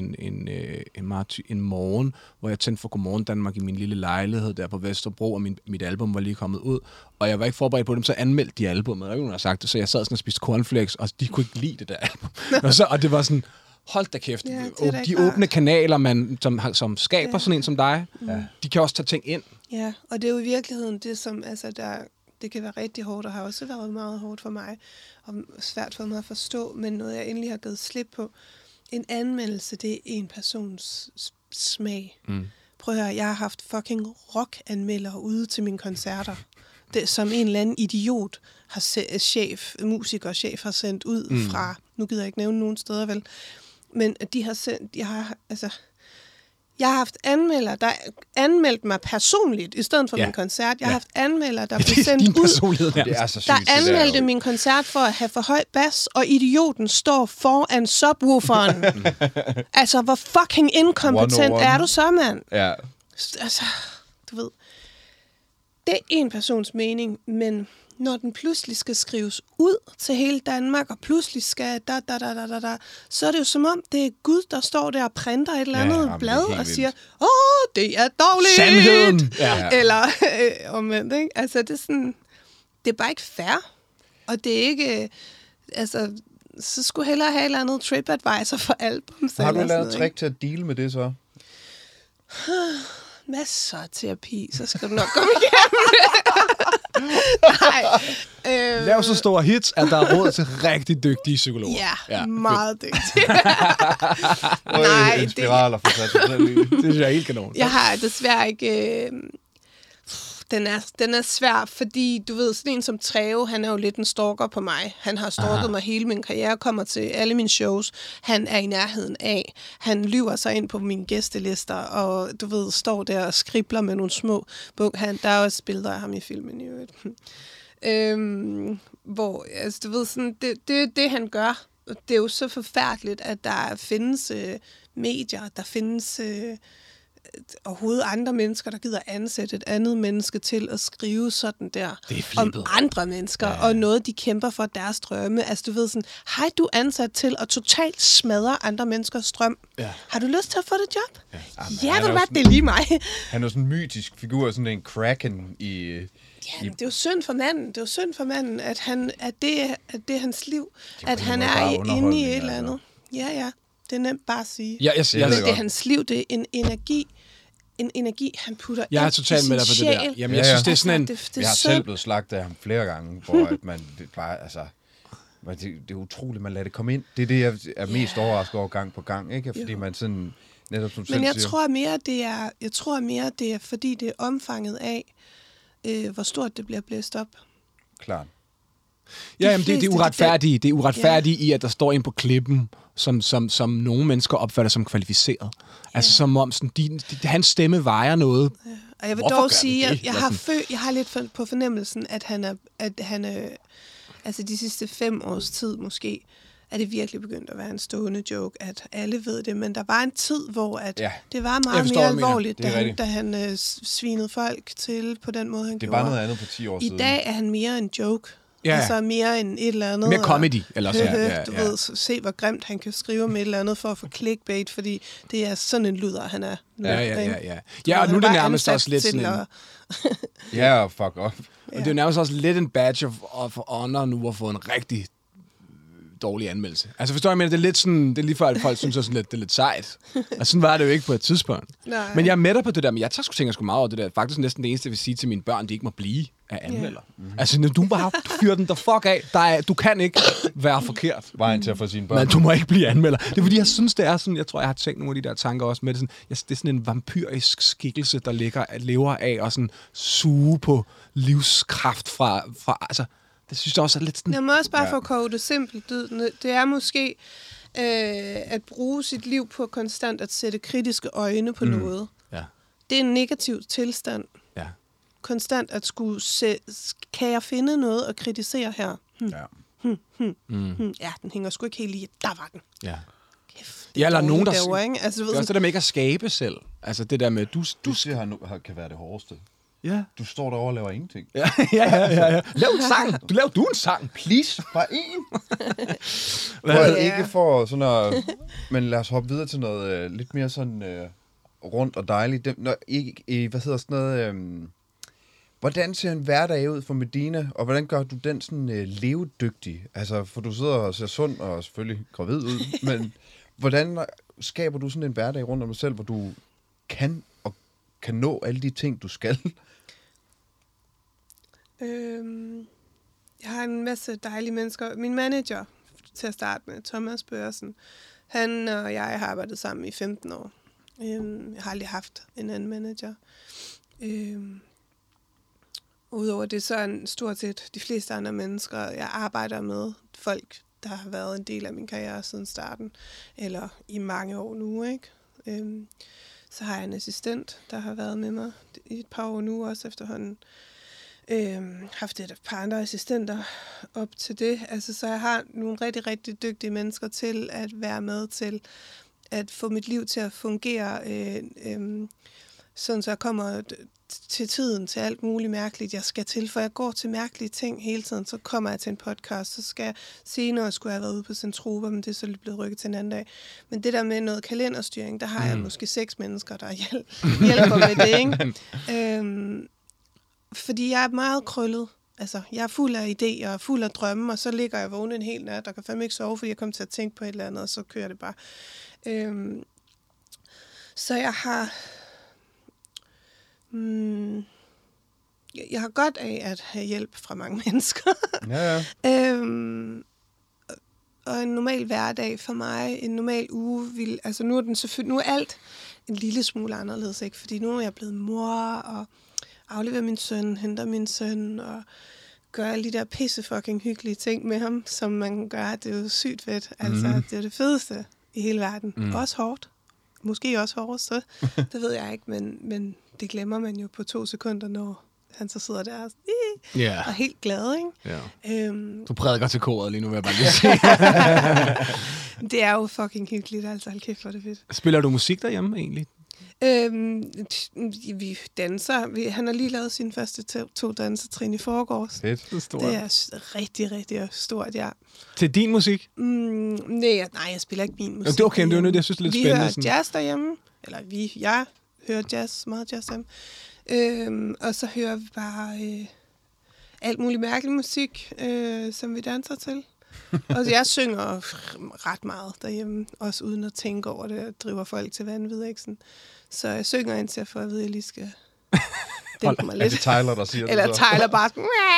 en morgen, hvor jeg tændte for Godmorgen Danmark i min lille lejlighed der på Vesterbro, og mit album var lige kommet ud. Og jeg var ikke forberedt på dem, så anmeldte de albumet. Der er ikke nogen, der har sagt det, så jeg sad sådan og spiste cornflakes, og de kunne ikke lide det der album. og det var sådan... Hold da kæft. Ja, de åbne kanaler, som skaber sådan en som dig, de kan også tage ting ind. Ja, og det er jo i virkeligheden det, som det kan være rigtig hårdt, og har også været meget hårdt for mig, og svært for mig at forstå, men noget jeg endelig har givet slip på. En anmeldelse, det er en persons smag. Prøv at høre, jeg har haft fucking rock-anmeldere ude til mine koncerter, det, som en eller anden idiot musikerchef har sendt ud fra, nu gider jeg ikke nævne nogen steder vel, men de har sendt, jeg har haft anmeldere, der anmeldte mig personligt, i stedet for min koncert. Jeg har haft anmeldere, der blev sendt ud, det er så sygt, der anmeldte min koncert for at have for høj bas, og idioten står foran subwooferen. Altså, hvor fucking inkompetent er du så, mand? Ja. Altså, du ved. Det er en persons mening, men når den pludselig skal skrives ud til hele Danmark, og pludselig skal så er det jo som om, det er Gud, der står der og printer et eller andet blad og siger, det er dårligt! Sandheden! Eller omvendt, ikke? Altså, det er sådan, det er bare ikke fair. Og det er ikke, altså, så skulle hellere have et eller andet TripAdvisor for album. Har du lavet trick til at deale med det så? Masser af terapi, så skal du nok komme igennem. Nej. Lav så store hits, at der er råd til rigtig dygtige psykologer. Ja, meget dygtige. Nej, en spiral og det er helt kanon. Jeg har desværre ikke... Den er svær, fordi du ved, sådan en som Treve, han er jo lidt en stalker på mig. Han har stalket mig hele min karriere, kommer til alle mine shows. Han er i nærheden af. Han lyver sig ind på mine gæstelister, og du ved, står der og skribler med nogle små bog. Der er også billeder af ham i filmen i øvrigt. Hvor, altså du ved, sådan, det han gør. Det er jo så forfærdeligt, at der findes medier, der findes... overhovedet andre mennesker, der gider ansætte et andet menneske til at skrive sådan der om andre mennesker, og noget, de kæmper for deres drømme. Altså, du ved sådan, hej, du er ansat til at totalt smadre andre menneskers drøm. Ja. Har du lyst til at få det job? Ja, ved du hvad, det er lige mig. Han er sådan en mytisk figur, sådan en kraken i... Ja, det er jo synd for manden. Det er jo synd for manden, at det er hans liv. At han er inde i et eller andet. Ja. Det er nemt bare at sige. Ja, men det er hans liv, det er en energi, han putter jeg er totalt med dig på det der. Jamen, jeg synes, det er sådan en... Jeg har selv blevet slagtet af ham flere gange, hvor at man bare, altså... Det er utroligt, man lader det komme ind. Det er det, jeg er mest overrasket over gang på gang, ikke? Fordi man sådan... Netop, som men jeg tror mere, det er, fordi det er omfanget af, hvor stort det bliver blæst op. Klart. Ja, jamen, det er uretfærdige. Det er uretfærdige i, at der står en på klippen, som nogle mennesker opfatter som kvalificeret. Altså som om sådan, hans stemme vejer noget. Ja. Og jeg vil dog sige, at jeg har lidt på fornemmelsen, at han altså de sidste 5 års tid måske, er det virkelig begyndt at være en stående joke, at alle ved det, men der var en tid, hvor det var meget mere alvorligt, da han svinede folk til på den måde, han gjorde. Det var noget andet for 10 år siden. I dag er han mere en joke. Ja. Altså mere end et eller andet. Mere comedy. Eller du ved, se hvor grimt han kan skrive med et eller andet for at få clickbait, fordi det er sådan en luder, han er. Ja, og nu er det nærmest også lidt sådan en... Ja, fuck off. Og det er jo nærmest også lidt en badge of honor nu at få en rigtig dårlig anmeldelse. Altså forstår jeg, men det er lidt sådan, det er lige før, at folk synes også lidt, det er lidt sejt. Og sådan var det jo ikke på et tidspunkt. Nej. Men jeg er med dig på det der, men jeg tager sgu tænker sgu meget over det der. Faktisk næsten det eneste, jeg vil sige til mine børn, de ikke må blive af anmelder. Yeah. Altså, når du bare fyrer den der fuck af, du kan ikke være forkert. Vejen til at få sine børn. Men du må ikke blive anmelder. Det er fordi, jeg synes, det er sådan, jeg tror, jeg har tænkt nogle af de der tanker også med det. Sådan, det er sådan en vampyrisk skikkelse, der lever af og sådan suge på livskraft fra altså, det synes jeg også er lidt sådan... Jeg må også bare få koge det simpelt. Det er måske at bruge sit liv på konstant at sætte kritiske øjne på noget. Ja. Det er en negativ tilstand. Ja. Konstant at skulle kan jeg finde noget at kritisere her? Ja, den hænger sgu ikke helt i. Der var den. Ja. Kæft, det eller nogen, der... Altså, det er også det der med ikke at skabe selv. Altså det der med, du siger, kan være det hårdeste. Ja. Du står derovre og laver ingenting. Ja. Lav en sang. Lav du en sang. Please, bare én. Ikke for sådan noget... Men lad os hoppe videre til noget lidt mere sådan rundt og dejligt. Hvad hedder sådan noget... Hvordan ser en hverdag ud for Medina, og hvordan gør du den sådan levedygtig? Altså, for du sidder og ser sund og selvfølgelig gravid ud, men hvordan skaber du sådan en hverdag rundt om dig selv, hvor du kan nå alle de ting, du skal? Jeg har en masse dejlige mennesker. Min manager, til at starte med, Thomas Børsen, han og jeg har arbejdet sammen i 15 år. Jeg har aldrig haft en anden manager. Udover det, så er stort set de fleste andre mennesker, jeg arbejder med, folk, der har været en del af min karriere siden starten, eller i mange år nu, ikke? Så har jeg en assistent, der har været med mig i et par år nu, også efterhånden. Haft et par andre assistenter op til det. Altså, så jeg har nogle rigtig, rigtig dygtige mennesker til at være med til at få mit liv til at fungere, sådan så jeg kommer til tiden til alt muligt mærkeligt, jeg skal til, for jeg går til mærkelige ting hele tiden. Så kommer jeg til en podcast, så skal jeg senere skulle jeg have været ude på Centropa, men det er så lidt blevet rykket til en anden dag. Men det der med noget kalenderstyring, der har jeg måske 6 mennesker, der hjælper med det, ikke? Fordi jeg er meget krøllet. Altså, jeg er fuld af idéer og fuld af drømme, og så ligger jeg vågen en hel nat, og kan fandme ikke sove, fordi jeg kommer til at tænke på et eller andet, og så kører det bare. Så jeg har... Jeg har godt af at have hjælp fra mange mennesker. Ja. Og en normal hverdag for mig, en normal uge, altså nu er den selvfølgelig, nu er alt en lille smule anderledes, ikke? Fordi nu er jeg blevet mor, og afleverer min søn, henter min søn, og gør alle de der pisse fucking hyggelige ting med ham, som man kan gøre. Det er jo sygt fedt. Altså, det er det fedeste i hele verden. Også hårdt. Måske også hårdest, så det ved jeg ikke, men det glemmer man jo på 2 sekunder, når han så sidder der og er helt glad, ikke? Yeah. Du prædiker til koret lige nu, vil jeg bare lige sige. Det er jo fucking hyggeligt, altså. Hold kæft, hvor er det fedt. Spiller du musik derhjemme, egentlig? Vi danser. Han har lige lavet sine første 2 dansetrin i forgårs. Fedt. Det er rigtig, rigtig stort, ja. Til din musik? Nej, jeg spiller ikke min musik. Det er okay, det er noget, jeg synes er lidt spændende. Vi hører jazz derhjemme. Eller jeg hører jazz, meget jazz derhjemme. Og så hører vi bare alt muligt mærkelig musik, som vi danser til. Og jeg synger ret meget derhjemme, også uden at tænke over det, og driver folk til vanvid, ikke sådan. Så jeg synger indtil jeg får at vide, at jeg lige skal dæmpe mig lidt. Er det Tyler, der siger eller det så? Tyler bare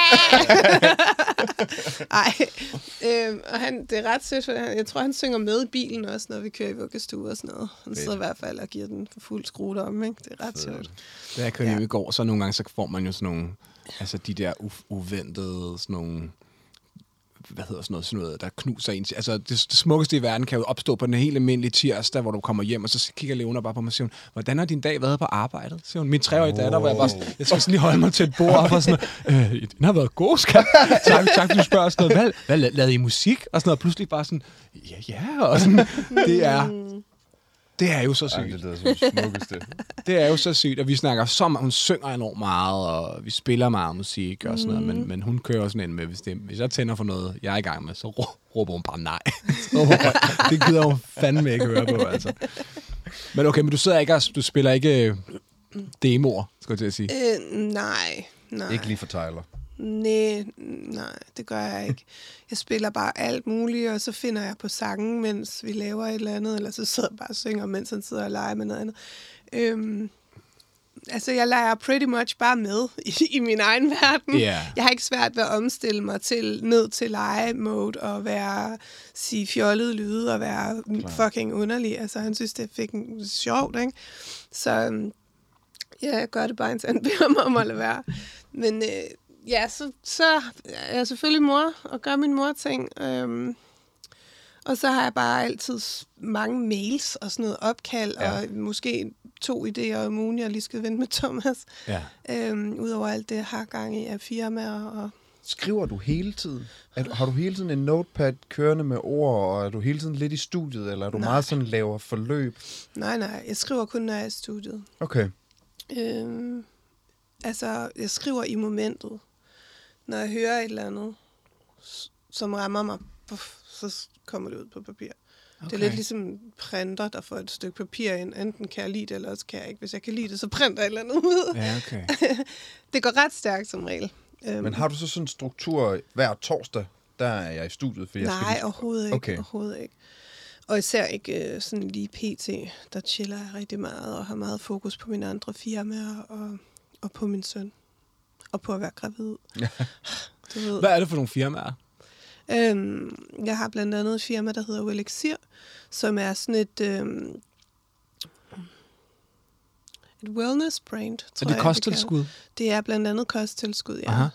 og det er ret sødt, for jeg tror, han synger med i bilen også, når vi kører i vuggestue og sådan noget. Han sidder i hvert fald og giver den for fuld skrue om, ikke? Det er ret sjovt. Da jeg kørte i går, så nogle gange så får man jo sådan nogle, altså de der uventede sådan nogle, hvad hedder sådan noget, der knuser en. Altså, det smukkeste i verden kan jo opstå på den helt almindelige tirsdag, hvor du kommer hjem, og så kigger Leona bare på mig og siger, hvordan har din dag været på arbejdet? Siger hun, min 3-årige datter, hvor jeg bare, jeg skal sådan lige holde mig til et bord, og sådan den har været god, skat. Tak, du spørger sådan noget, hvad lavede I musik? Og sådan noget, pludselig bare sådan, ja, og sådan, det er jo så sygt. Det er så smukkeste. Det er jo så sygt, og vi snakker så meget. Hun synger enormt meget, og vi spiller meget musik og sådan noget, men hun kører sådan en med, hvis jeg tænder for noget, jeg er i gang med, så råber hun bare nej. Det gider hun fandme ikke høre på, altså. Men okay, men du sidder ikke og du spiller ikke demoer, skal jeg til at sige? Nej. Ikke lige for Tyler. Nej, det gør jeg ikke. Jeg spiller bare alt muligt, og så finder jeg på sangen, mens vi laver et eller andet, eller så sidder jeg bare og synger, mens han sidder og leger med noget andet. Altså, jeg leger pretty much bare med i min egen verden. Yeah. Jeg har ikke svært ved at omstille mig ned til lege-mode, og sige fjollede lyde, og være fucking underlig. Altså, han synes, det er fucking sjovt, ikke? Så jeg gør det bare, indtil han beder mig om at lade være. Men så er jeg selvfølgelig mor, og gør min mor-ting. Og så har jeg bare altid mange mails og sådan noget opkald, og måske 2 idéer om ugen, jeg lige skal vente med Thomas. Ja. Udover alt det, jeg har gang i af firmaer. Og skriver du hele tiden? Har du hele tiden en notepad kørende med ord, og er du hele tiden lidt i studiet, eller er du meget sådan laver forløb? Nej, jeg skriver kun, når jeg er i studiet. Okay. Altså, jeg skriver i momentet. Når jeg hører et eller andet, som rammer mig, så kommer det ud på papir. Okay. Det er lidt ligesom en printer, der får et stykke papir ind. Enten kan jeg lide det, eller også kan jeg ikke. Hvis jeg kan lide det, så printer jeg et eller andet ud. Ja, okay. Det går ret stærkt som regel. Men har du så sådan en struktur hver torsdag? Der er jeg i studiet, fordi nej, jeg skal overhovedet ikke. Okay. Overhovedet ikke. Og især ikke sådan lige pt. Der chiller jeg rigtig meget og har meget fokus på mine andre firmaer og på min søn. Og på at være gravid. Du ved. Hvad er det for nogle firmaer? Jeg har blandt andet et firma, der hedder Elixir, som er sådan et wellness brand, tror jeg. Er det kosttilskud? Det er blandt andet kosttilskud, ja.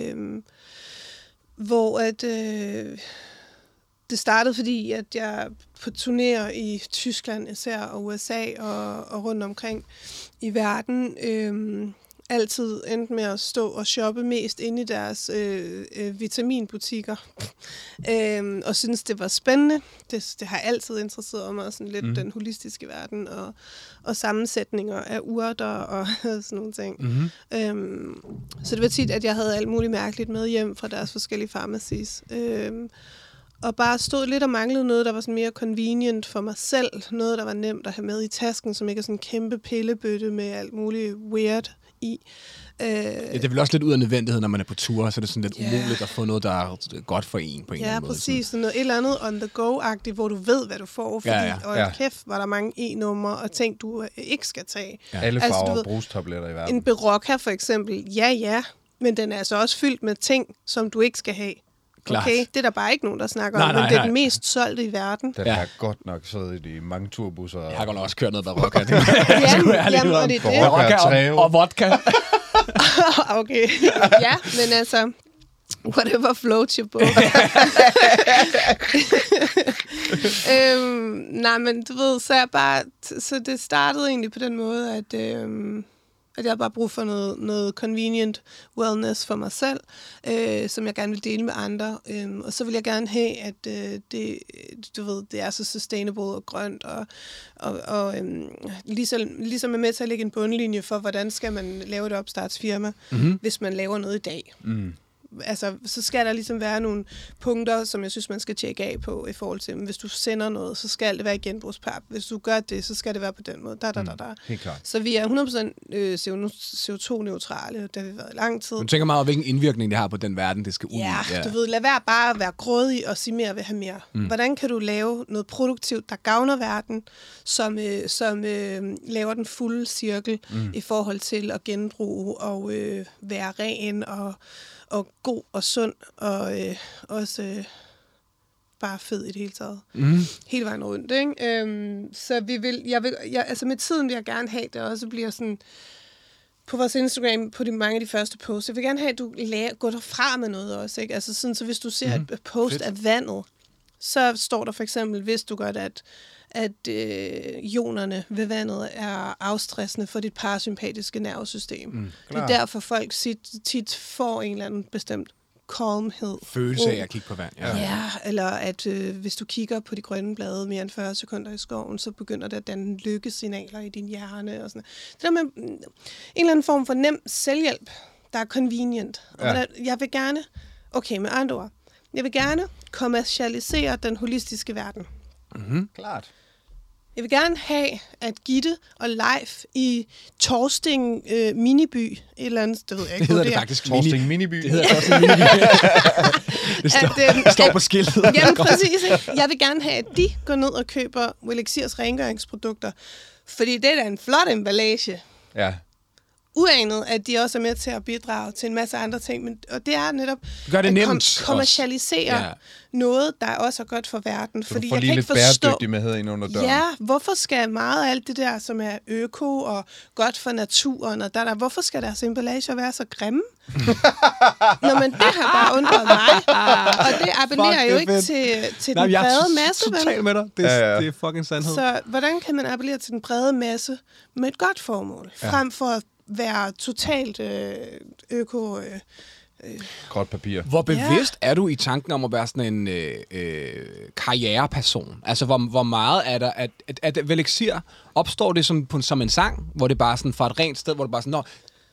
Hvor at det startede, fordi at jeg på turnéer i Tyskland især, og USA og rundt omkring i verden, altid endte med at stå og shoppe mest inde i deres vitaminbutikker. Og synes det var spændende. Det har altid interesseret mig, sådan lidt den holistiske verden, og sammensætninger af urter og sådan nogle ting. Så det var tit, at jeg havde alt muligt mærkeligt med hjem fra deres forskellige pharmacies. Og bare stod lidt og manglede noget, der var sådan mere convenient for mig selv. Noget, der var nemt at have med i tasken, som ikke er sådan en kæmpe pillebøtte med alt muligt weird i. Det er vel også lidt ud af nødvendighed, når man er på tur, så er det sådan lidt umuligt at få noget, der er godt for en på en eller anden måde. Ja, præcis. Sådan noget, et eller andet on the go-agtigt, hvor du ved, hvad du får. Fordi, kæft, var der mange e-numre og ting, du ikke skal tage. Ja. Alle farver brugstabletter i verden. En Berocca for eksempel, ja, men den er altså også fyldt med ting, som du ikke skal have. Klart. Okay, det er der bare ikke nogen, der snakker om, men det er den mest solgte i verden. Den er godt nok siddet i mange turbusser. Jeg har godt nok også kørt noget Berocca. Jamen, og det er det. Berocca og vodka. Okay, ja, men altså, whatever floats your boat. Nej, men du ved, så det startede egentlig på den måde, at jeg havde bare brug for noget convenient wellness for mig selv, som jeg gerne vil dele med andre. Og så vil jeg gerne have, at det er så sustainable og grønt, og ligesom er med til at lægge en bundlinje for, hvordan skal man lave et opstartsfirma, hvis man laver noget i dag. Altså, så skal der ligesom være nogle punkter, som jeg synes, man skal tjekke af på i forhold til, hvis du sender noget, så skal det være i genbrugspap. Hvis du gør det, så skal det være på den måde. Helt klart. Så vi er 100% CO2-neutrale, det har vi været i lang tid. Du tænker meget over, hvilken indvirkning det har på den verden, det skal ud i. Ja, du ved, lad være bare at være grådig og sige mere vil have mere. Hvordan kan du lave noget produktivt, der gavner verden, som laver den fulde cirkel i forhold til at genbruge og være ren og god og sund, og også bare fed i det hele taget. Hele vejen rundt, ikke? Så altså med tiden vil jeg gerne have, det også bliver sådan, på vores Instagram, på mange af de første posts, jeg vil gerne have, at du går derfra med noget også, ikke? Altså sådan, så hvis du ser et post af vandet, så står der for eksempel, hvis du gør det, at ionerne ved vandet er afstressende for dit parasympatiske nervesystem. Det er derfor, folk tit får en eller anden bestemt calmhed. Følelse af at kigge på vand. Ja, eller at hvis du kigger på de grønne blade mere end 40 sekunder i skoven, så begynder det at danne lykkesignaler i din hjerne. Og sådan. Det der med en eller anden form for nem selvhjælp, der er convenient. Og jeg vil gerne, med andre ord, jeg vil gerne kommercialisere den holistiske verden. Klart. Jeg vil gerne have, at Gitte og Leif i Torsting Miniby, et eller andet, det ved jeg ikke, det hedder det faktisk. Torsting Miniby. Det hedder Torsting Miniby. det står på skiltet. Jamen præcis, ikke? Jeg vil gerne have, at de går ned og køber Elixirs rengøringsprodukter, fordi det er da en flot emballage. Ja. Uanet, at de også er med til at bidrage til en masse andre ting. Og det er netop at kommercialisere noget, der også er godt for verden. Så fordi du får jeg lige kan lidt ikke forstå, bæredygtighed ind under døren. Ja, hvorfor skal meget af alt det der, som er øko og godt for naturen, og hvorfor skal deres emballage være så grimme? Men det har bare undret mig. Og det appellerer jo ikke til den brede masse. Jeg er totalt med dig. Det er fucking sandhed. Så hvordan kan man appellere til den brede masse med et godt formål, frem for at være totalt øko... Gråt papir. Hvor bevidst er du i tanken om at være sådan en karriereperson? Altså, hvor meget er der... At Elixir, opstår det som en sang, hvor det bare sådan fra et rent sted, hvor det bare sådan,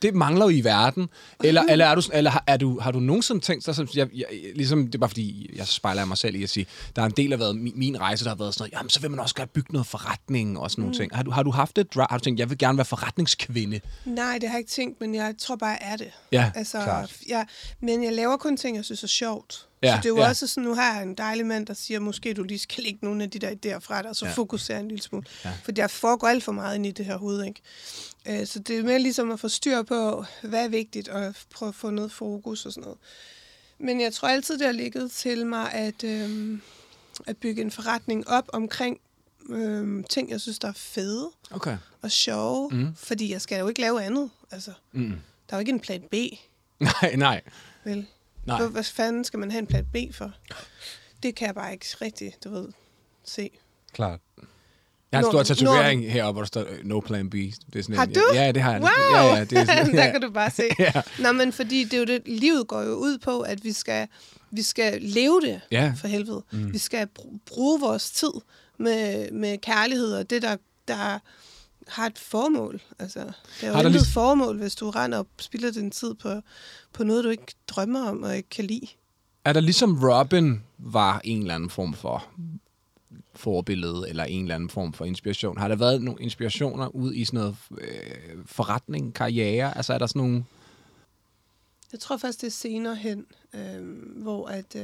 Det mangler jo i verden. Eller har du nogensinde tænkt dig, som ligesom, det er bare fordi, jeg spejler mig selv i at sige, der er en del af min rejse, der har været sådan noget, jamen så vil man også gerne bygge noget forretning og sådan nogle ting. Har du haft det? Har du tænkt, jeg vil gerne være forretningskvinde? Nej, det har jeg ikke tænkt, men jeg tror bare, jeg er det. Ja, altså, men jeg laver kun ting, jeg synes er sjovt. Ja, så det er jo også sådan, nu har jeg en dejlig mand, der siger, måske du lige skal lægge nogle af de der idéer fra dig, og så fokusere en lille smule. Ja. For jeg foregår alt for meget ind i det her hoved, ikke? Så det er mere ligesom at få styr på, hvad er vigtigt, og prøve at få noget fokus og sådan noget. Men jeg tror altid, det har ligget til mig, at bygge en forretning op omkring ting, jeg synes, der er fede og sjove. Fordi jeg skal jo ikke lave andet. Altså, der er jo ikke en plan B. Nej. Vel? Nej. Hvad fanden skal man have en plan B for? Det kan jeg bare ikke rigtig, se. Klart. Jeg har en stor tatovering heroppe, hvor der står no plan B. Det er sådan har du? Ja, det har jeg. Wow! Ja, det er sådan, der kan du bare se. Nå, men fordi det er jo det, livet går jo ud på, at vi skal leve det, for helvede. Vi skal bruge vores tid med kærlighed, og det, der har et formål. Altså, det er jo intet formål, hvis du render og spilder din tid på noget, du ikke drømmer om og ikke kan lide. Er der ligesom Robin var en eller anden form for forbillede, eller en eller anden form for inspiration? Har der været nogle inspirationer ud i sådan noget forretning, karriere? Altså er der sådan nogle... Jeg tror faktisk, det er senere hen, hvor at...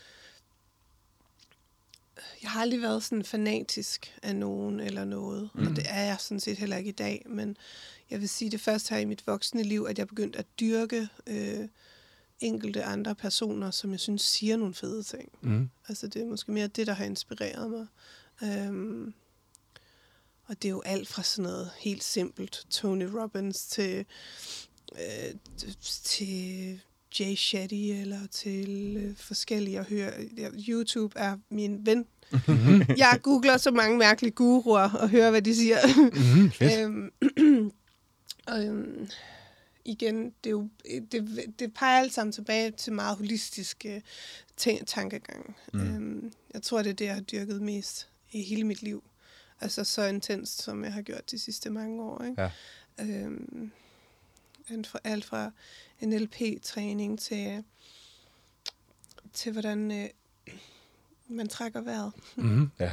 Jeg har aldrig været sådan fanatisk af nogen eller noget, og det er jeg sådan set heller ikke i dag, men jeg vil sige det først her i mit voksne liv, at jeg begyndte at dyrke enkelte andre personer, som jeg synes siger nogle fede ting. Altså det er måske mere det, der har inspireret mig. Og det er jo alt fra sådan noget helt simpelt, Tony Robbins, til Jay Shetty, eller til forskellige at høre. YouTube er min ven. Jeg googler så mange mærkelige guruer og hører, hvad de siger. Igen, det peger alt sammen tilbage til meget holistiske tankegang. Jeg tror, det er det, jeg har dyrket mest i hele mit liv. Altså så intenst, som jeg har gjort de sidste mange år. Ikke? Ja. Alt fra NLP-træning til hvordan man trækker vejret. Ja.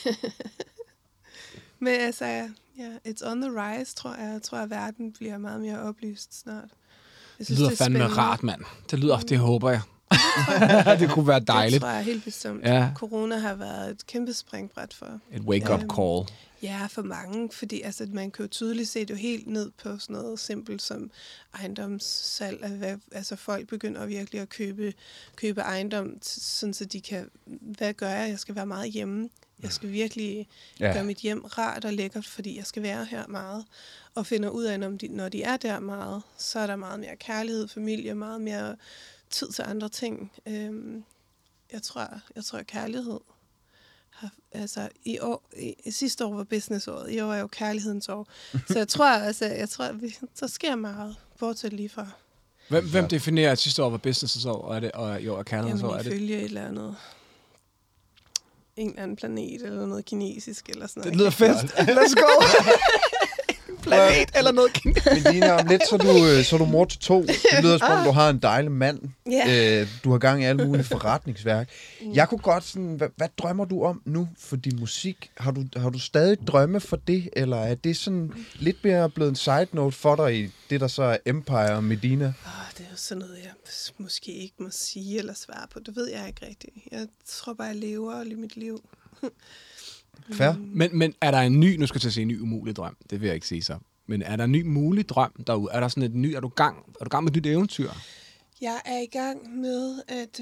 Men altså, it's on the rise, tror jeg. Jeg tror, at verden bliver meget mere oplyst snart. Det lyder fandme rart, mand. Det håber jeg. Det kunne være dejligt. Det tror jeg helt bestemt. Ja. Corona har været et kæmpe springbræt for. Et wake-up call. Ja, for mange, fordi altså, man kan jo tydeligt se det jo helt ned på sådan noget simpelt som ejendomssalg. Altså folk begynder virkelig at købe ejendom, sådan så de kan, hvad gør jeg? Jeg skal være meget hjemme. Jeg skal virkelig gøre mit hjem rart og lækkert, fordi jeg skal være her meget. Og finder ud af, når de er der meget, så er der meget mere kærlighed, familie, meget mere tid til andre ting. Jeg tror kærlighed har, altså sidste år var businessåret, i år er jo kærlighedens år. Så jeg tror så sker meget, bortset lige fra. Hvem definerer, at sidste år var businessår, og i år er kærlighedens år? Jamen, ifølge et eller andet. En eller anden planet, eller noget kinesisk, eller sådan noget. Det lyder fedt. Let's go! Planet, eller noget kinesisk. Men Dina, om lidt, så er du mor til 2. Det lyder som om, du har en dejlig mand. Yeah. Du har gang i alle mulige forretningsværk. Jeg kunne godt sådan, hvad drømmer du om nu for din musik? Har du stadig drømme for det, eller er det sådan lidt mere blevet en side note for dig i det, der så er Empire og Medina? Det er jo sådan noget, jeg måske ikke må sige eller svare på. Det ved jeg ikke rigtigt. Jeg tror bare, jeg lever mit liv. Fair. Men er der en ny, nu skal jeg til at sige en ny umulig drøm, det vil jeg ikke sige så, men er der en ny mulig drøm derude? Er der sådan et ny, er du gang med et nyt eventyr? Jeg er i gang med at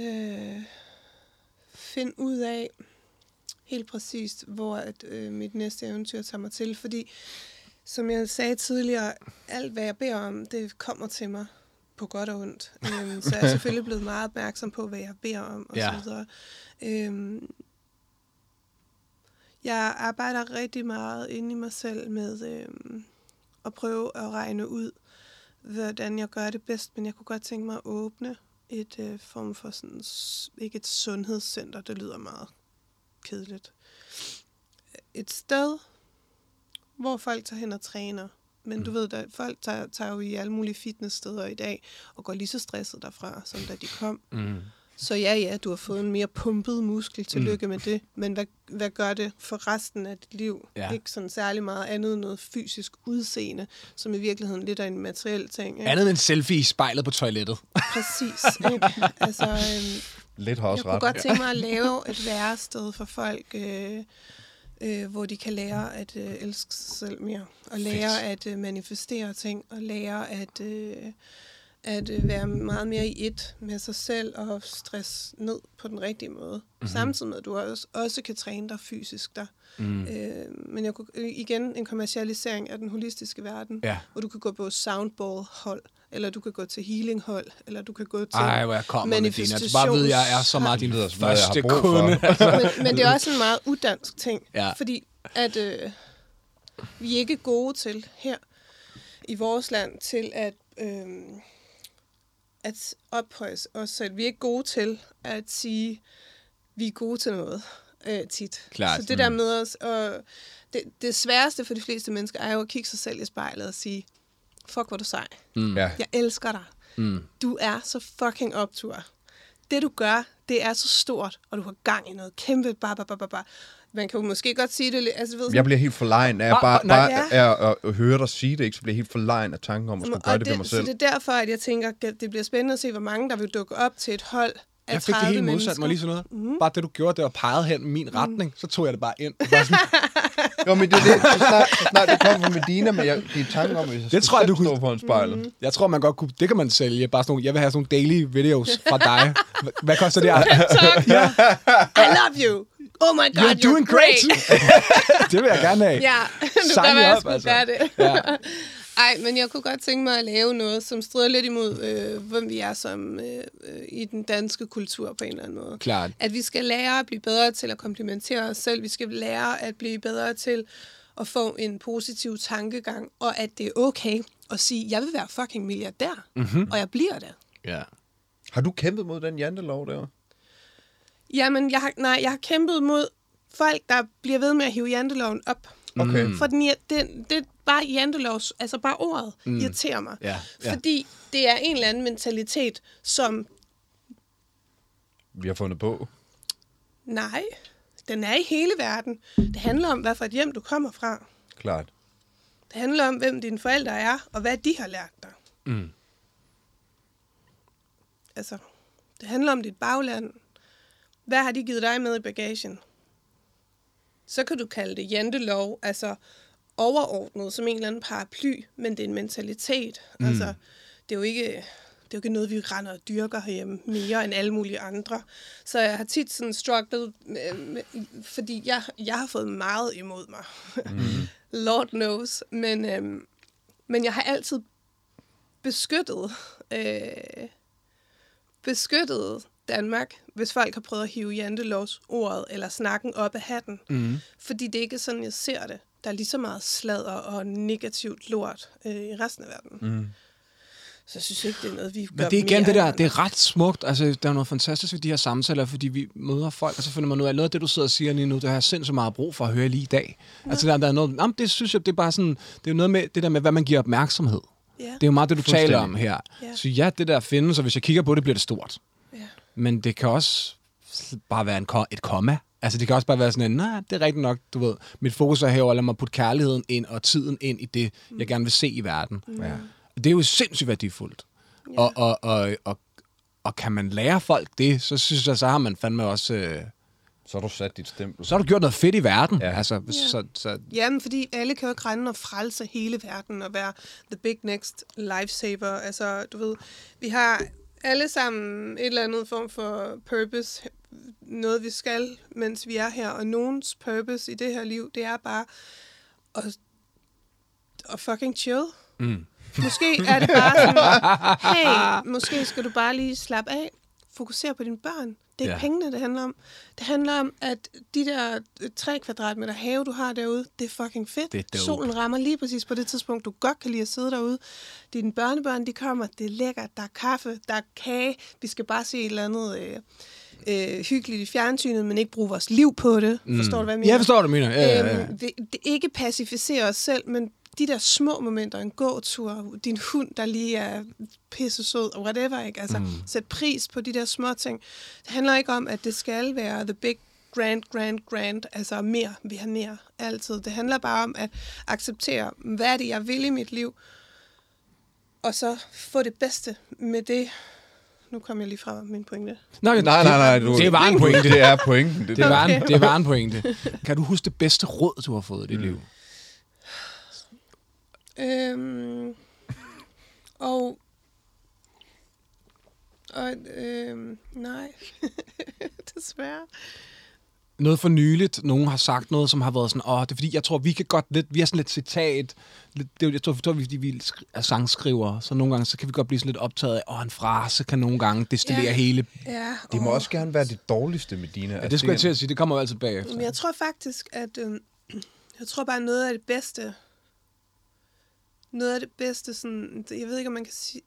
finde ud af helt præcist, hvor mit næste eventyr tager mig til, fordi som jeg sagde tidligere, alt hvad jeg beder om, det kommer til mig på godt og ondt. Så jeg er selvfølgelig blevet meget opmærksom på, hvad jeg beder om og så videre. Jeg arbejder rigtig meget inde i mig selv med at prøve at regne ud, hvordan jeg gør det bedst, men jeg kunne godt tænke mig at åbne et form for sådan, ikke et sundhedscenter, det lyder meget kedeligt. Et sted, hvor folk tager hen og træner, Men du ved, folk tager jo i alle mulige fitnesssteder i dag, og går lige så stresset derfra, som da de kom. Så ja, du har fået en mere pumpet muskel, tillykke med det. Men hvad gør det for resten af dit liv? Ja. Ikke sådan særlig meget andet end noget fysisk udseende, som i virkeligheden lidt er en materiel ting. Ikke? Andet end en selfie i spejlet på toilettet. Præcis. Ikke? Altså, lidt har også jeg kunne godt tænke mig at lave et værested for folk, hvor de kan lære at elske sig selv mere. Og lære at manifestere ting, og lære at være meget mere i et med sig selv og stress ned på den rigtige måde. Samtidig med, at du også kan træne dig fysisk der. Men jeg kunne, igen en kommercialisering af den holistiske verden, hvor du kan gå på soundball-hold, eller du kan gå til healing-hold, eller du kan gå til hvor jeg kommer med dine. Altså, bare ved, jeg er så meget din første kunde. Men det er også en meget udansk ting, fordi at vi er ikke gode til her i vores land til at ophøje os selv. Vi er ikke gode til at sige, vi er gode til noget tit. Klart. Så det der med os, og det sværeste for de fleste mennesker er jo at kigge sig selv i spejlet og sige, fuck, hvor du sej. Jeg elsker dig. Du er så fucking optur. Det du gør, det er så stort, og du har gang i noget kæmpe Man kan jo måske godt sige det. Altså, ved, jeg bliver helt forlegen af bare at høre dig sige det, ikke? Så bliver jeg helt forlegen af tanken om at skulle gøre det ved mig selv. Så det er derfor, at jeg tænker, at det bliver spændende at se, hvor mange der vil dukke op til et hold af jeg fik 30 det helt mennesker. modsat mig lige sådan noget. Bare det, du gjorde, det var peget hen i min retning, så tog jeg det bare ind. Jo, men det er det. Så snart det kom fra Medina, men jeg gik i tanken om, at jeg skulle stå på en spejl. Jeg tror, man godt kunne... Det kan man sælge. Bare sådan nogle, jeg vil have sådan nogle daily videos fra dig. Hvad koster det? I love you. Oh my God, you're doing great. Det vil jeg gerne have. Ja, nu kan jeg sgu gøre det. Ej, men jeg kunne godt tænke mig at lave noget, som strider lidt imod, hvem vi er som i den danske kultur på en eller anden måde. Klart. At vi skal lære at blive bedre til at komplimentere os selv. Vi skal lære at blive bedre til at få en positiv tankegang, og at det er okay at sige, jeg vil være fucking milliardær, og jeg bliver det. Ja. Har du kæmpet mod den jantelov der? Jamen, jeg har kæmpet mod folk, der bliver ved med at hive janteloven op. Okay. For det er bare jantelovs, altså bare ordet irriterer mig. Ja. Fordi det er en eller anden mentalitet, som... Vi har fundet på. Nej, den er i hele verden. Det handler om, hvad for et hjem du kommer fra. Klart. Det handler om, hvem dine forældre er, og hvad de har lært dig. Altså, det handler om dit bagland. Hvad har de givet dig med i bagagen? Så kan du kalde det jantelov, altså overordnet som en eller anden paraply, men det er en mentalitet. Altså, det er jo ikke noget, vi render og dyrker herhjemme mere end alle mulige andre. Så jeg har tit sådan strugglet, fordi jeg har fået meget imod mig. Lord knows. Men jeg har altid beskyttet Danmark, hvis folk har prøvet at hive jantelovs ordet eller snakken op af hatten. Fordi det ikke er sådan, jeg ser det. Der er lige så meget sladder og negativt lort i resten af verden. Så jeg synes ikke, det er noget, vi gør. Men det er igen det der, det er ret smukt. Altså, der er noget fantastisk ved de her samtaler, fordi vi møder folk, og så finder man ud af, noget af det, du sidder og siger lige nu, det har jeg sindssygt meget brug for at høre lige i dag. Ja. Altså, der er noget, det synes jeg, det er bare sådan, det er noget med det der med, hvad man giver opmærksomhed. Ja. Det er jo meget det, du taler om her. Ja. Så ja, det der findes, og hvis jeg kigger på det, bliver det stort. Ja. Men det kan også bare være et komma. Altså, det kan også bare være sådan, nej, det er rigtigt nok, du ved. Mit fokus er herover, lad mig putte kærligheden ind og tiden ind i det, jeg gerne vil se i verden. Ja. Det er jo sindssygt værdifuldt. Ja. Og kan man lære folk det, så synes jeg, så har man fandme også... Så har du sat dit stempel. Så har du gjort noget fedt i verden. Ja. Altså, Jamen, fordi alle kan jo ikke rende og frelse hele verden og være the big next lifesaver. Altså, du ved, vi har alle sammen et eller andet form for purpose, noget vi skal, mens vi er her. Og nogens purpose i det her liv, det er bare at fucking chill. Måske er det bare sådan, hey, måske skal du bare lige slappe af, fokusere på dine børn. Det er ikke pengene, det handler om. Det handler om, at de der 3 kvadratmeter have, du har derude, det er fucking fedt. Solen rammer lige præcis på det tidspunkt, du godt kan lide at sidde derude. Dine børnebørn, de kommer, det er lækkert, der er kaffe, der er kage. Vi skal bare se et eller andet hyggeligt i fjernsynet, men ikke bruge vores liv på det. Forstår du, hvad jeg mener? Ja, forstår du, mener. Det ikke pacificere os selv, men de der små momenter, en gåtur, din hund, der lige er pissesød, og whatever, ikke? Altså, sæt pris på de der små ting. Det handler ikke om, at det skal være the big, grand, altså mere, vi har mere, altid. Det handler bare om at acceptere, hvad er det, jeg vil i mit liv, og så få det bedste med det. Nu kom jeg lige fra min pointe. Nej. Det var en pointe. Det er pointen. Det var en pointe. Kan du huske det bedste råd, du har fået i dit liv? Nej, desværre. Noget for nyligt, nogen har sagt noget, som har været sådan, det er fordi, jeg tror, vi kan godt lidt, vi er sådan lidt citat, jeg tror, vi er sangskrivere, så nogle gange, så kan vi godt blive sådan lidt optaget af, en frase kan nogle gange destillere hele. Ja, det må også gerne være det dårligste med dine. Ja, det skulle jeg til at sige, det kommer jo altid bagefter. Men jeg tror faktisk, at, jeg tror bare noget af det bedste, sådan, jeg ved ikke, om man kan sige,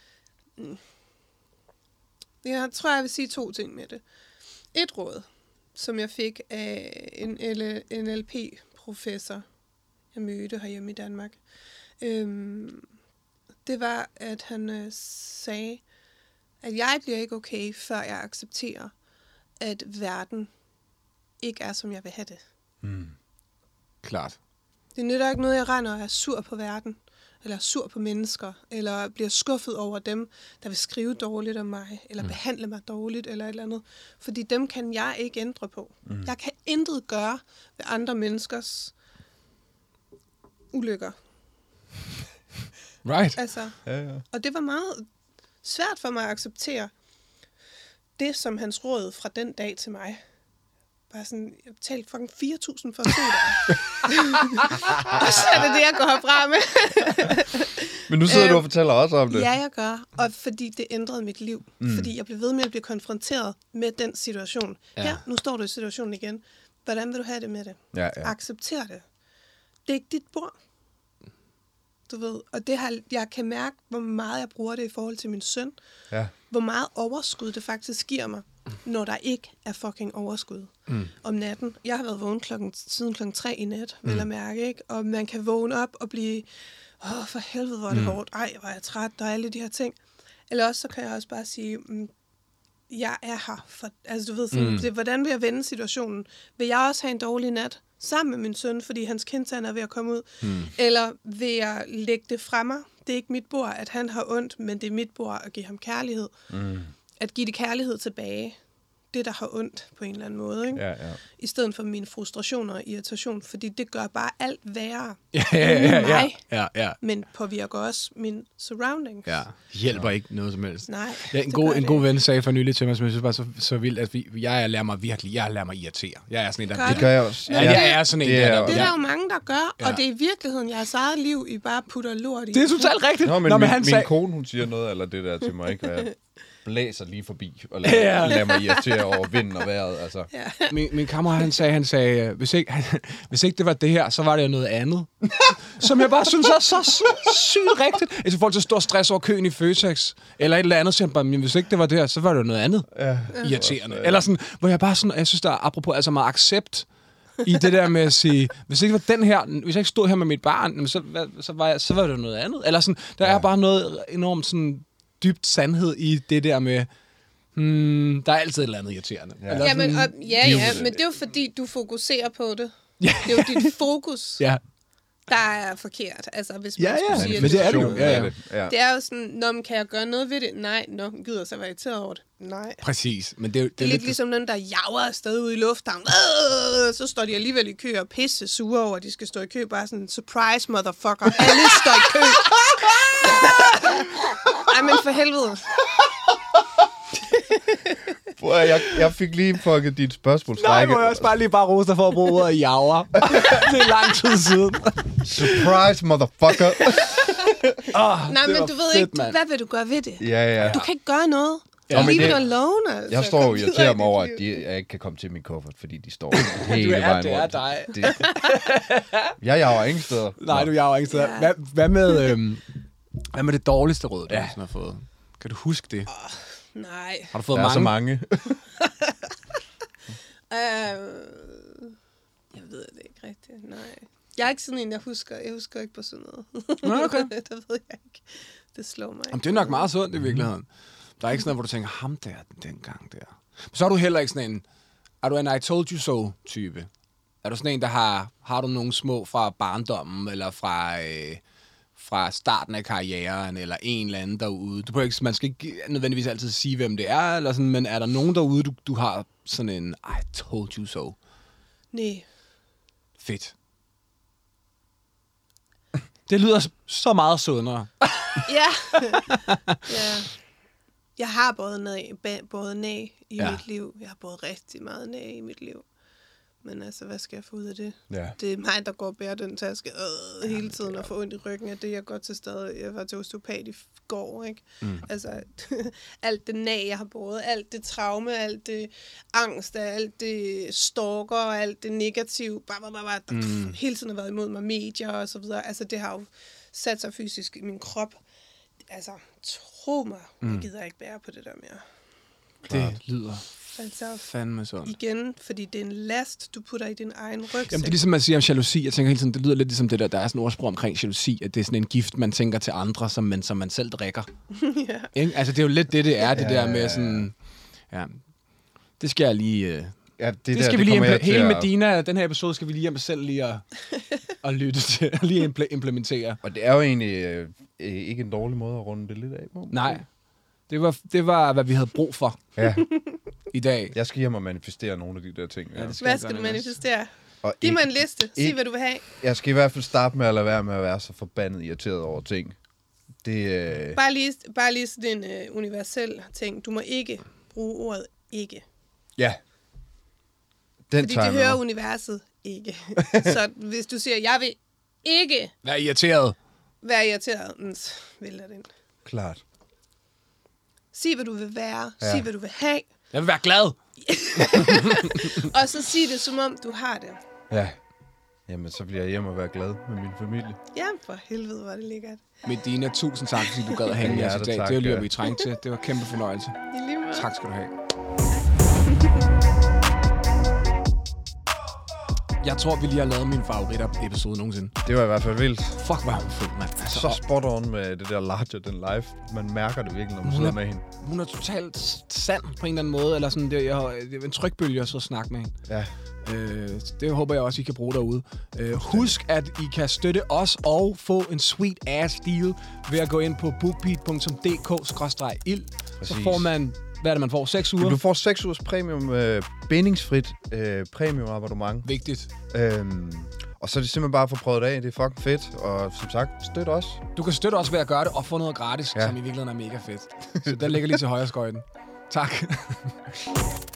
jeg tror, jeg vil sige 2 ting med det. Et råd, som jeg fik af en NLP-professor, jeg mødte herhjemme i Danmark. Det var, at han sagde, at jeg bliver ikke okay, før jeg accepterer, at verden ikke er, som jeg vil have det. Klart. Det nytter ikke noget, jeg render og er sur på verden, eller sur på mennesker, eller bliver skuffet over dem, der vil skrive dårligt om mig, eller behandle mig dårligt, eller et eller andet. Fordi dem kan jeg ikke ændre på. Jeg kan intet gøre ved andre menneskers ulykker. Right. Altså, Ja. og det var meget svært for mig at acceptere det, som hans råd fra den dag til mig. Bare sådan, jeg betalte fucking 4.000 for at se dig. Og så er det det, jeg går herfra med. Men nu sidder du og fortæller også om det. Ja, jeg gør. Og fordi det ændrede mit liv. Fordi jeg blev ved med at blive konfronteret med den situation. Ja, nu står du i situationen igen. Hvordan vil du have det med det? Ja. Accepter det. Det er ikke dit bord. Du ved. Og det har, jeg kan mærke, hvor meget jeg bruger det i forhold til min søn. Ja. Hvor meget overskud det faktisk giver mig, når der ikke er fucking overskud om natten. Jeg har været vågen siden klokken 3 i nat, vil jeg mærke, ikke? Og man kan vågne op og blive, for helvede, hvor er det hårdt. Ej, hvor er jeg træt, og alle de her ting. Eller også, så kan jeg også bare sige, jeg er her. Altså, du ved, sådan, hvordan vil jeg vende situationen? Vil jeg også have en dårlig nat sammen med min søn, fordi hans kindtand er ved at komme ud? Eller vil jeg lægge det fra mig? Det er ikke mit bord, at han har ondt, men det er mit bord at give ham kærlighed. At give det kærlighed tilbage. Det, der har ondt på en eller anden måde. Ikke? Ja. I stedet for mine frustrationer og irritation, fordi det gør bare alt værre. Ja. Men påvirker også min surroundings. Ja, hjælper ikke noget som helst. Nej, en god ven sagde for nylig til mig, som jeg synes var så vildt, at jeg lærer mig irritere. Jeg er sådan en, der... Det gør jeg også. Jeg er sådan en, det er der jo mange, der gør, og det er i virkeligheden jeres eget liv, I bare putter lort i. Det er totalt rigtigt. Nå, men min kone, hun siger noget, eller det der til mig, ikke? Jeg blæser lige forbi, og lader mig irritere over vinden og vejret. Altså. Ja. Min kammerat, han sagde, hvis ikke det var det her, så var det jo noget andet. Som jeg bare synes er så sygt rigtigt. I forhold til stor stress over køen i Føtex, eller et eller andet, så siger han bare, men hvis ikke det var det her, så var det jo noget andet irriterende. Eller sådan, hvor jeg bare sådan, jeg synes, der er apropos altså meget accept i det der med at sige, hvis ikke var den her, hvis jeg ikke stod her med mit barn, så var det jo noget andet. Eller sådan, der er bare noget enormt sådan dybt sandhed i det der med, der er altid et eller andet irriterende. Ja. Men det er jo fordi, du fokuserer på det. Det er jo dit fokus, der er forkert. Altså, hvis man skulle sige, men det er det jo. Ja. Det er jo sådan, kan jeg gøre noget ved det? Nej, gider så være irriteret over det. Nej. Præcis. Men det er lidt ligesom den, der jager afsted ude i lufthavnen. Så står de alligevel i kø og pisse sure over, at de skal stå i kø. Bare sådan, surprise, motherfucker. Alle står i kø. Ej, men for helvede. Jeg fik lige fucket dit spørgsmål. Nej, må jeg også bare lige rose dig for at bruge ordet jager. Det er lang tid siden. Surprise, motherfucker. Nej, men du ved ikke, hvad vil du gøre ved det? Ja. Du kan ikke gøre noget. Leave it alone, altså. Jeg står og irriterer mig over, at jeg ikke kan komme til min kuffert, fordi de står hele vejen rundt. Det er dig. Jeg jager ingen steder. Nej, du jager ingen steder. Ja. Hvad med det dårligste råd, du har fået? Kan du huske det? Nej. Har du fået mange? Der er så mange. Jeg ved det ikke rigtigt, nej. Jeg er ikke sådan en, jeg husker ikke på sådan noget. Okay. Det ved jeg ikke. Det slår mig ikke. Jamen, det er nok meget sundt i virkeligheden. Der er ikke sådan noget, hvor du tænker, ham der, dengang der. Så er du heller ikke sådan en, er du en I told you so type? Er du sådan en, der har du nogle små fra barndommen, eller fra starten af karrieren, eller en eller anden derude? Du ikke, man skal ikke nødvendigvis altid sige, hvem det er, eller sådan, men er der nogen derude, du har sådan en I told you so? Nej. Fedt. Det lyder så meget sundere. Ja. Ja. Jeg har både næ i mit liv. Jeg har både rigtig meget næ i mit liv. Men altså, hvad skal jeg få ud af det? Ja. Det er mig, der går og bærer den taske hele tiden og får ondt i ryggen af det. Jeg går til stadig. Jeg var til osteopat i går, ikke? Altså, alt det næ, jeg har båret, alt det traume, alt det angst, alt det stalker, alt det negative, hele tiden har været imod mig, medier og så videre. Altså, det har jo sat sig fysisk i min krop. Altså, tro mig, jeg gider ikke bære på det der mere. Det lyder altså, fandme sådan. Igen, fordi det er en last, du putter i din egen rygsæk. Jamen, det er ligesom, man siger om jalousi. Jeg tænker hele tiden, det lyder lidt ligesom det der er sådan et ordsprog omkring jalousi, at det er sådan en gift, man tænker til andre, som man selv drikker. Ja. Altså, det er jo lidt det er, det der med sådan... Ja, det skal jeg lige... Ja, det skal vi lige hele Medina, den her episode skal vi lige hjem selv lige at lytte til, lige implementere. Og det er jo egentlig ikke en dårlig måde at runde det lidt af på. Nej, det var hvad vi havde brug for i dag. Jeg skal hjem og manifestere nogle af de der ting. Ja. Hvad skal du manifestere? Giv mig en liste. Sig, hvad du vil have. Jeg skal i hvert fald starte med at lade være med at være så forbandet irriteret over ting. Det, Bare lige sådan en universel ting. Du må ikke bruge ordet ikke. Ja. Fordi det hører universet ikke. Så hvis du siger, jeg vil ikke være irriteret, så vælger det ind. Klart. Sig, hvad du vil være. Ja. Sig, hvad du vil have. Jeg vil være glad. Og så sig det, som om du har det. Ja. Jamen, så bliver jeg hjemme og være glad med min familie. Ja, for helvede, var det lækkert. Medina, tusind tak, fordi du gad at hænge med os i dag. Det var lige, vi trængte til. Det var kæmpe fornøjelse. I lige måde. Tak skal du have. Jeg tror, vi lige har lavet min favorit-episode nogensinde. Det var i hvert fald vildt. Fuck, hvor er hun fed, mand. Altså, så spot on med det der larger than life. Man mærker det virkelig, når man sidder med hende. Hun er totalt sand på en eller anden måde. Eller sådan, det er en trykbølge at så snakke med hende. Ja. Det håber jeg også, I kan bruge derude. Husk, at I kan støtte os og få en sweet ass deal ved at gå ind på bookbeat.dk/ild. Så får man... Hvad er det, man får? 6 uger? Du får 6 ugers premium, bindingsfrit premium abonnement. Vigtigt. Og så er det simpelthen bare at få prøvet det af. Det er fucking fedt. Og som sagt, støt os. Du kan støtte os ved at gøre det og få noget gratis, som i virkeligheden er mega fedt. Så den ligger lige til højre skøjten. Tak.